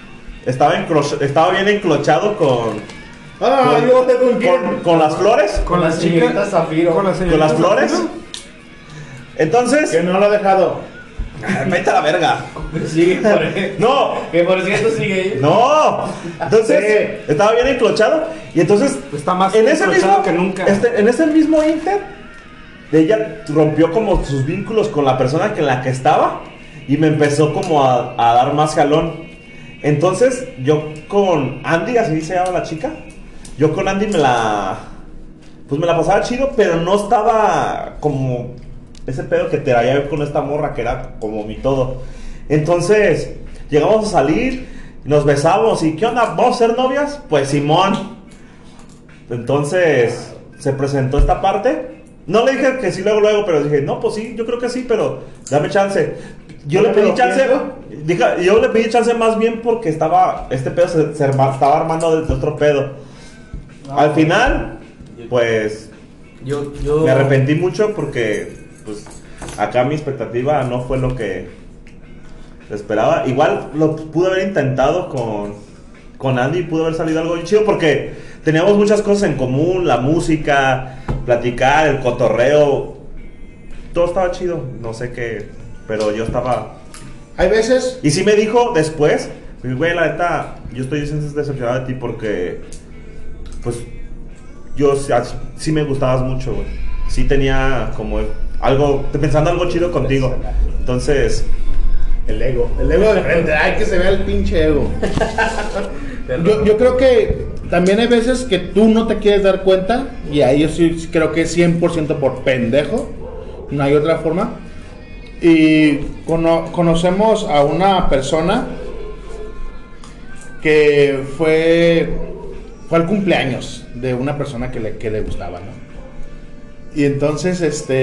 bien enclochado Ah, yo sé con quién. con las flores. Con la señorita chica Zafiro. Con la Con señorita las flores. Zafiro. Entonces, Que no lo ha dejado. Vete a la verga. Sigue por No, que por cierto sigue. no. Entonces, estaba bien enclochado. Y entonces, Está más en ese enclochado mismo, que nunca. en ese mismo inter, ella rompió como sus vínculos con la persona que en la que estaba. Y me empezó como a dar más jalón. Entonces, yo con Andy, así se llama la chica. Yo con Andy pues me la pasaba chido, pero no estaba como ese pedo que te traía yo con esta morra que era como mi todo. Entonces, llegamos a salir, nos besamos y ¿qué onda? ¿Vamos a ser novias? Pues Simón. Entonces, se presentó esta parte. No le dije que sí luego, pero dije, no, pues sí, yo creo que sí, pero dame chance. Yo le pedí chance, yo le pedí chance más bien porque este pedo se estaba armando de otro pedo. Al final, pues Yo me arrepentí mucho porque pues acá mi expectativa no fue lo que esperaba. Igual lo pude haber intentado con Andy, pudo haber salido algo chido porque teníamos muchas cosas en común, la música, platicar, el cotorreo, todo estaba chido, no sé qué, pero yo estaba... Hay veces... Y sí me dijo después, güey, la neta, yo estoy decepcionado de ti porque, pues, yo sí me gustabas mucho, güey. Sí tenía como pensando algo chido contigo. Entonces... El ego de frente, ay, que se vea el pinche ego. Yo creo que también hay veces que tú no te quieres dar cuenta, y ahí yo sí creo que es 100% por pendejo, no hay otra forma. Y conocemos a una persona que fue al cumpleaños de una persona que le gustaba, ¿no? Y entonces,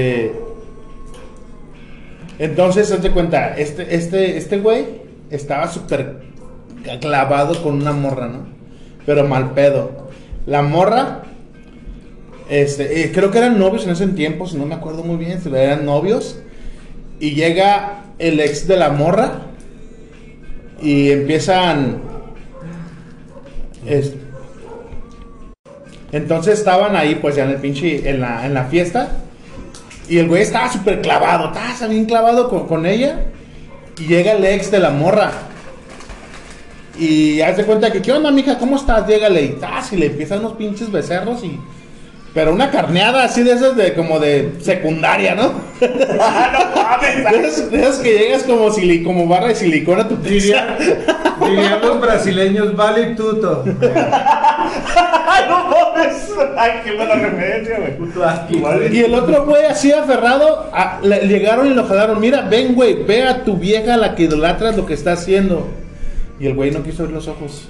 haz de cuenta, este güey estaba súper clavado con una morra, ¿no? Pero mal pedo. La morra, creo que eran novios en ese tiempo, si no me acuerdo muy bien, si eran novios. Y llega el ex de la morra y empiezan... Entonces estaban ahí pues ya en el pinche, en la fiesta. Y el güey estaba súper clavado, estaba bien clavado con ella. Y llega el ex de la morra. Y haz de cuenta que, ¿qué onda, mija? ¿Cómo estás? Llégale y le empiezan unos pinches becerros y... Pero una carneada así de esas como de secundaria, ¿no? de esas que llegas como barra de silicona a tu pizza. Dirían los brasileños, vale tuto. ¡Ay, no mames! ¡Ay, qué buena referencia, güey! puto asco. Y el otro güey así aferrado, llegaron y lo jalaron. Mira, ven güey, ve a tu vieja a la que idolatras lo que está haciendo. Y el güey no quiso abrir los ojos.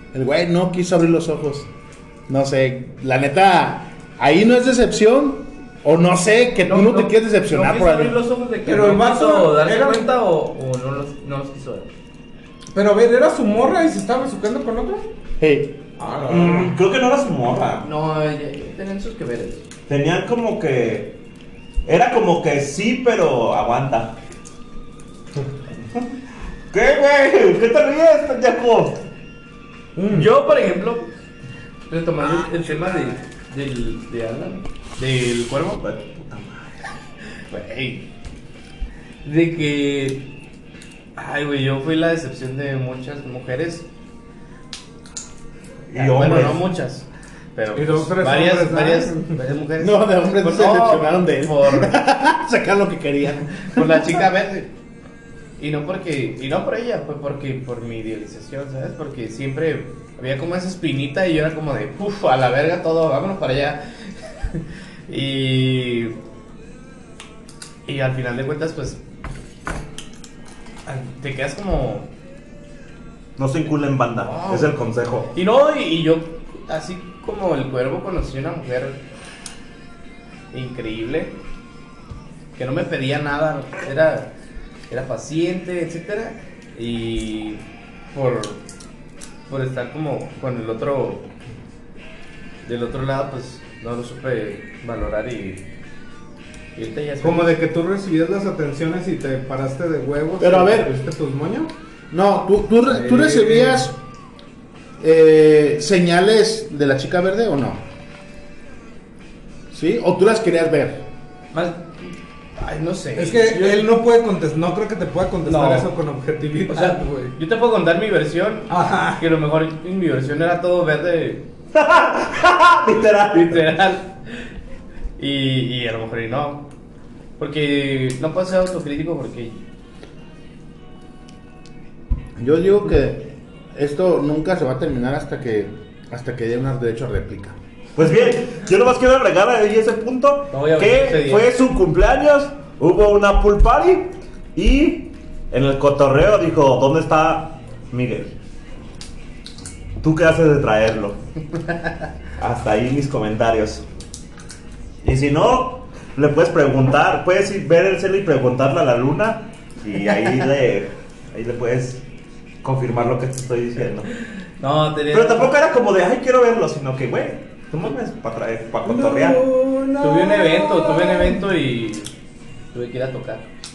No sé, la neta, ahí no es decepción. O no sé, que tú no te quieres decepcionar no por abrir ahí. los ojos de que Pero el no vato quiso darse era- cuenta o no los quiso ver. Pero a ver, ¿era su morra y se estaba besuqueando con otro? Hey. Ah, no. Creo que no era su morra. No, tenían sus que veres. Tenían como que... Era como que sí, pero aguanta. ¿Qué, güey? ¿Qué te ríes, pendejo? Yo, por ejemplo, retomando el tema de Alan, del cuervo, güey, de que, ay, güey, yo fui la decepción de muchas mujeres. Y Bueno, hombres. no muchas, pero Y dos, tres varias, hombres, ¿no? varias mujeres. No, de hombres Pues se decepcionaron de él. Por Sacar lo que querían. la chica verde. Y no por ella, fue por mi idealización, ¿sabes? Porque siempre había como esa espinita y yo era como de, uff, a la verga todo, vámonos para allá. y al final de cuentas, pues, te quedas como... No se enculen banda, No. es el consejo. Y no, y yo, así como el cuervo, conocí una mujer increíble, que no me pedía nada, era paciente, etcétera, y por estar como con el otro, del otro lado, pues no lo supe valorar y ahorita ya Como de que tú recibías las atenciones y te paraste de huevos. Pero y a ver. ¿Viste tus moños? No, tú recibías señales de la chica verde o no? ¿Sí? ¿O tú las querías ver? más, Ay, no sé. Es que él no puede contestar, no creo que te pueda contestar No. eso con objetividad, O sea, güey. yo te puedo contar mi versión. Ajá. Que a lo mejor en mi versión era todo verde. Literal. Literal. Y a lo mejor y no. Porque no puedo ser autocrítico porque. Yo digo que esto nunca se va a terminar hasta que dé un derecho a réplica. Pues bien, yo nomás quiero agregar ahí ese punto, No voy a ver ese que día. fue su cumpleaños, hubo una pool party y en el cotorreo dijo, ¿dónde está Miguel? ¿Tú qué haces de traerlo? Hasta ahí mis comentarios. Y si no, le puedes preguntar, puedes ver el cel y preguntarle a la luna y ahí le puedes confirmar lo que te estoy diciendo. No, tenía. Pero tampoco era como de, ay, quiero verlo, sino que, güey, tú mames para traer, para cotorrear. Tuve un evento y tuve que ir a tocar.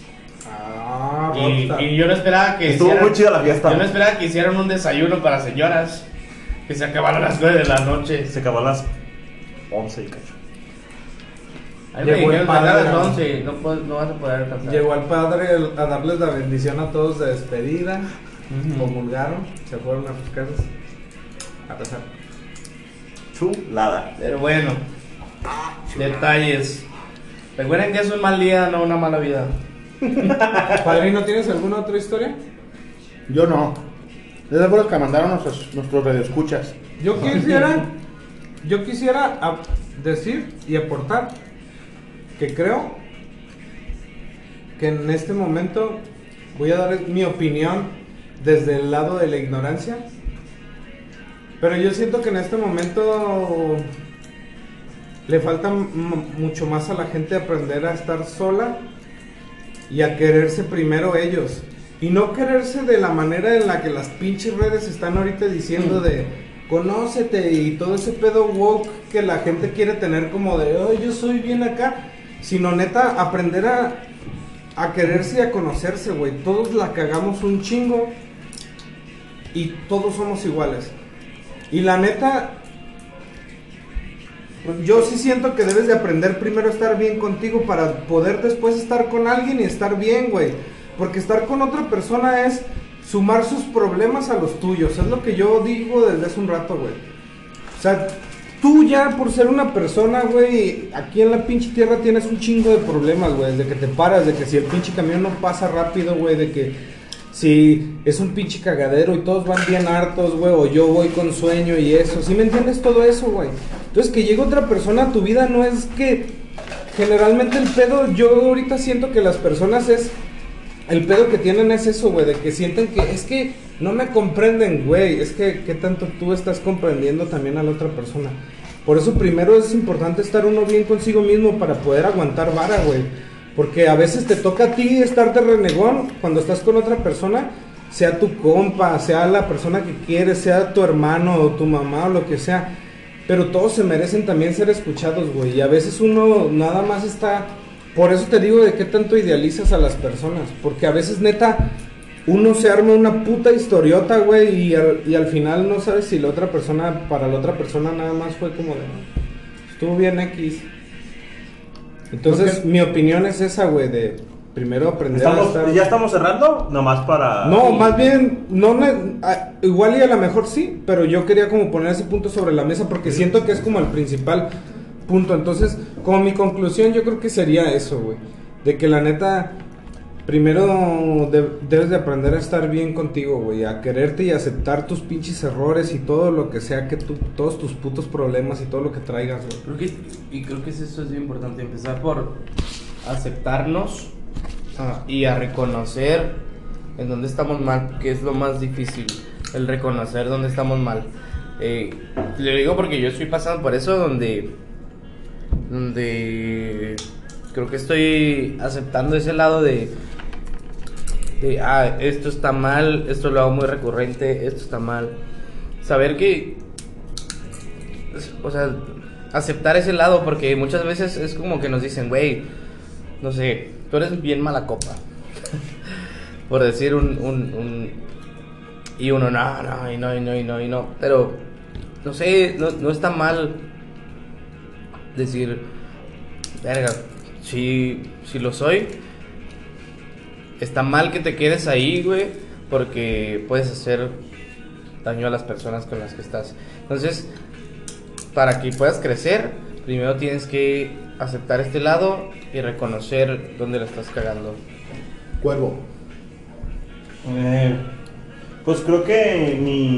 Ah, Y rockstar. yo no esperaba que Estuvo muy chida la fiesta. Yo no esperaba que hicieran un desayuno para señoras. Que se acabaron a las 9 de la noche. Se acabó a las 11 y cacho. Ahí me Llegó el dijeron que a padre, las ¿no? 11 no vas a poder alcanzar. Llegó al padre a darles la bendición a todos de despedida, Ujú. comulgaron, se fueron a sus casas a rezar. Chulada. Pero bueno, detalles. Recuerden que es un mal día, no una mala vida. Padrino, ¿tienes alguna otra historia? Yo no. Es algo lo que mandaron nuestros radioescuchas. Yo quisiera decir y aportar que creo que en este momento voy a dar mi opinión desde el lado de la ignorancia, pero yo siento que en este momento le falta mucho más a la gente aprender a estar sola y a quererse primero ellos. Y no quererse de la manera en la que las pinches redes están ahorita diciendo de conócete y todo ese pedo woke que la gente quiere tener como de oh, yo soy bien acá, sino neta aprender a quererse y a conocerse, güey. Todos la cagamos un chingo y todos somos iguales. Y la neta, yo sí siento que debes de aprender primero a estar bien contigo para poder después estar con alguien y estar bien, güey. Porque estar con otra persona es sumar sus problemas a los tuyos. Es lo que yo digo desde hace un rato, güey. O sea, tú ya por ser una persona, güey, aquí en la pinche tierra tienes un chingo de problemas, güey. Desde que te paras, de que si el pinche camión no pasa rápido, güey, de que si es un pinche cagadero y todos van bien hartos, güey, o yo voy con sueño y eso. ¿Sí me entiendes todo eso, güey? Entonces que llegue otra persona a tu vida no es que... Generalmente el pedo, yo ahorita siento que las personas es... El pedo que tienen es eso, güey, de que sienten que es que no me comprenden, güey. Es que qué tanto tú estás comprendiendo también a la otra persona. Por eso primero es importante estar uno bien consigo mismo para poder aguantar vara, güey. Porque a veces te toca a ti estar de renegón cuando estás con otra persona, sea tu compa, sea la persona que quieres, sea tu hermano o tu mamá o lo que sea. Pero todos se merecen también ser escuchados, güey. Y a veces uno nada más está... Por eso te digo de qué tanto idealizas a las personas. Porque a veces, neta, uno se arma una puta historiota, güey, y al final no sabes si la otra persona, para la otra persona nada más fue como de... Estuvo bien X. Entonces, Porque- mi opinión es esa, güey, de primero aprender a estar... ¿Ya estamos cerrando? Nomás para... No, más bien, igual y a lo mejor sí, pero yo quería como poner ese punto sobre la mesa porque siento que es como el principal punto. Entonces, como mi conclusión, yo creo que sería eso, güey. De que la neta, primero debes de aprender a estar bien contigo, güey. A quererte y aceptar tus pinches errores y todo lo que sea que tú, todos tus putos problemas y todo lo que traigas, güey. Creo que eso es bien importante. Empezar por aceptarnos y a reconocer en dónde estamos mal, que es lo más difícil. El reconocer dónde estamos mal. Le digo porque yo estoy pasando por eso donde creo que estoy aceptando ese lado de esto está mal, esto lo hago muy recurrente, esto está mal. Saber que, o sea, aceptar ese lado, porque muchas veces es como que nos dicen, güey, no sé, tú eres bien mala copa. Por decir y uno, no, pero no sé, no está mal decir, verga, sí lo soy. Está mal que te quedes ahí, güey, porque puedes hacer daño a las personas con las que estás. Entonces, para que puedas crecer, primero tienes que aceptar este lado y reconocer dónde la estás cagando. Cuervo. Pues creo que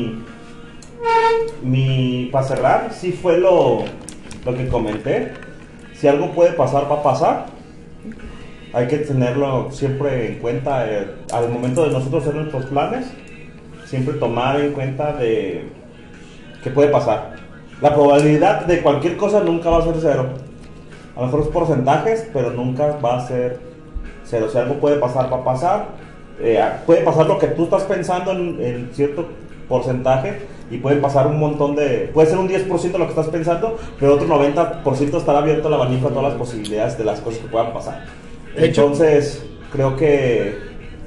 mi para cerrar, sí fue lo que comenté. Si algo puede pasar, va a pasar. Hay que tenerlo siempre en cuenta al momento de nosotros hacer nuestros planes. Siempre tomar en cuenta de que puede pasar. La probabilidad de cualquier cosa nunca va a ser cero. A lo mejor es porcentajes, pero nunca va a ser cero. Si algo puede pasar, va a pasar. Puede pasar lo que tú estás pensando en cierto porcentaje y puede pasar un montón de... Puede ser un 10% de lo que estás pensando, pero otro 90% estará abierto el abanico a todas las posibilidades de las cosas que puedan pasar. Entonces, creo que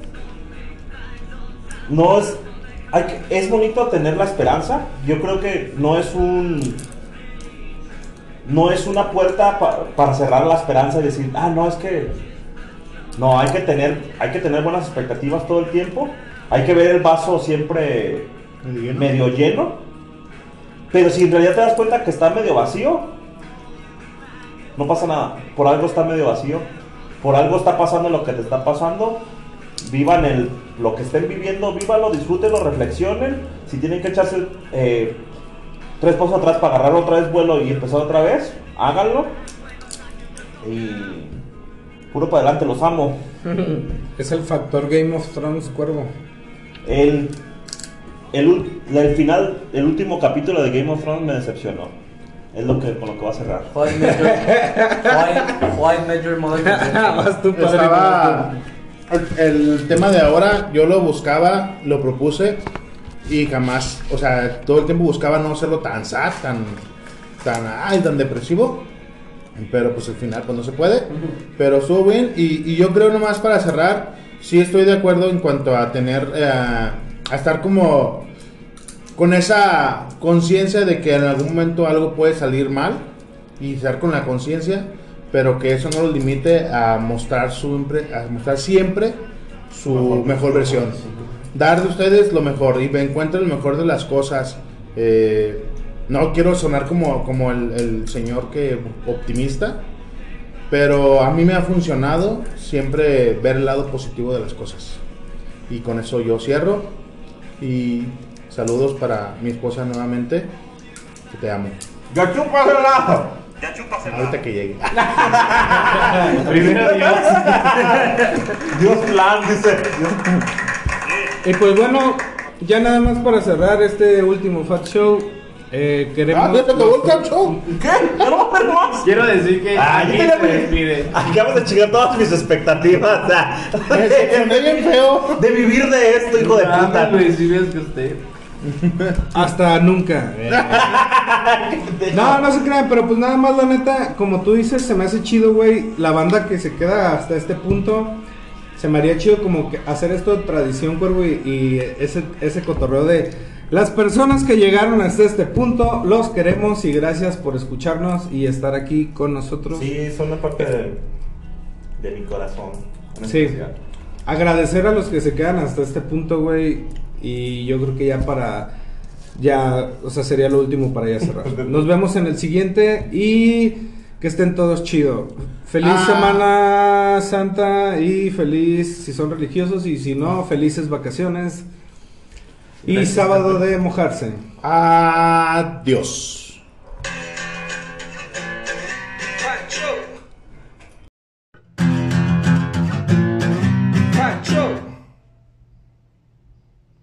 no es... es bonito tener la esperanza. Yo creo que no es una puerta para cerrar la esperanza y decir, no, es que... No, hay que tener buenas expectativas todo el tiempo. Hay que ver el vaso siempre medio lleno. Pero si en realidad te das cuenta que está medio vacío, no pasa nada. Por algo está medio vacío. Por algo está pasando lo que te está pasando. Vivan lo que estén viviendo, vívanlo, disfrútenlo, reflexionen. Si tienen que echarse 3 pasos atrás para agarrar otra vez vuelo y empezar otra vez, háganlo. Y puro para adelante, los amo. Es el factor Game of Thrones, Cuervo. El final, el último capítulo de Game of Thrones me decepcionó. Es con lo que va a cerrar. Why Major Mother. Vas tú, padre. Estaba... El tema de ahora, yo lo buscaba, lo propuse y jamás, o sea, todo el tiempo buscaba no hacerlo tan sad, tan depresivo. Pero pues al final pues no se puede. Pero estuvo bien. Y yo creo nomás para cerrar, sí estoy de acuerdo en cuanto a tener a estar como con esa conciencia de que en algún momento algo puede salir mal y estar con la conciencia, pero que eso no lo limite a mostrar siempre su mejor versión. Dar de ustedes lo mejor y encuentren lo mejor de las cosas. No quiero sonar como el señor que optimista, pero a mí me ha funcionado siempre ver el lado positivo de las cosas. Y con eso yo cierro. Y saludos para mi esposa nuevamente, que te amo. ¡Ya chúpasela! Ya chúpasela. Ahorita que llegue. Primero Dios. Dios plan, dice. Y pues bueno, ya nada más para cerrar este último Fat Show. Queremos... ¿Ya te acabó el Fat Show? ¿Qué? ¿Ya no va a haber más? Quiero decir que aquí se despide. Acabas de chingar todas mis expectativas. Me decepcioné bien feo. De vivir de esto, hijo de puta. que usted. Hasta nunca. No se crean, pero pues nada más la neta, como tú dices, se me hace chido, güey. La banda que se queda hasta este punto, se me haría chido como que hacer esto de tradición, Cuervo, y ese cotorreo de las personas que llegaron hasta este punto. Los queremos y gracias por escucharnos y estar aquí con nosotros. Sí, son una parte de mi corazón. Sí. Agradecer a los que se quedan hasta este punto, güey. Y yo creo que o sea, sería lo último para ya cerrar. Nos vemos en el siguiente y que estén todos chido. Feliz Semana Santa y feliz, si son religiosos, y si no, felices vacaciones. Y sábado de mojarse. Adiós.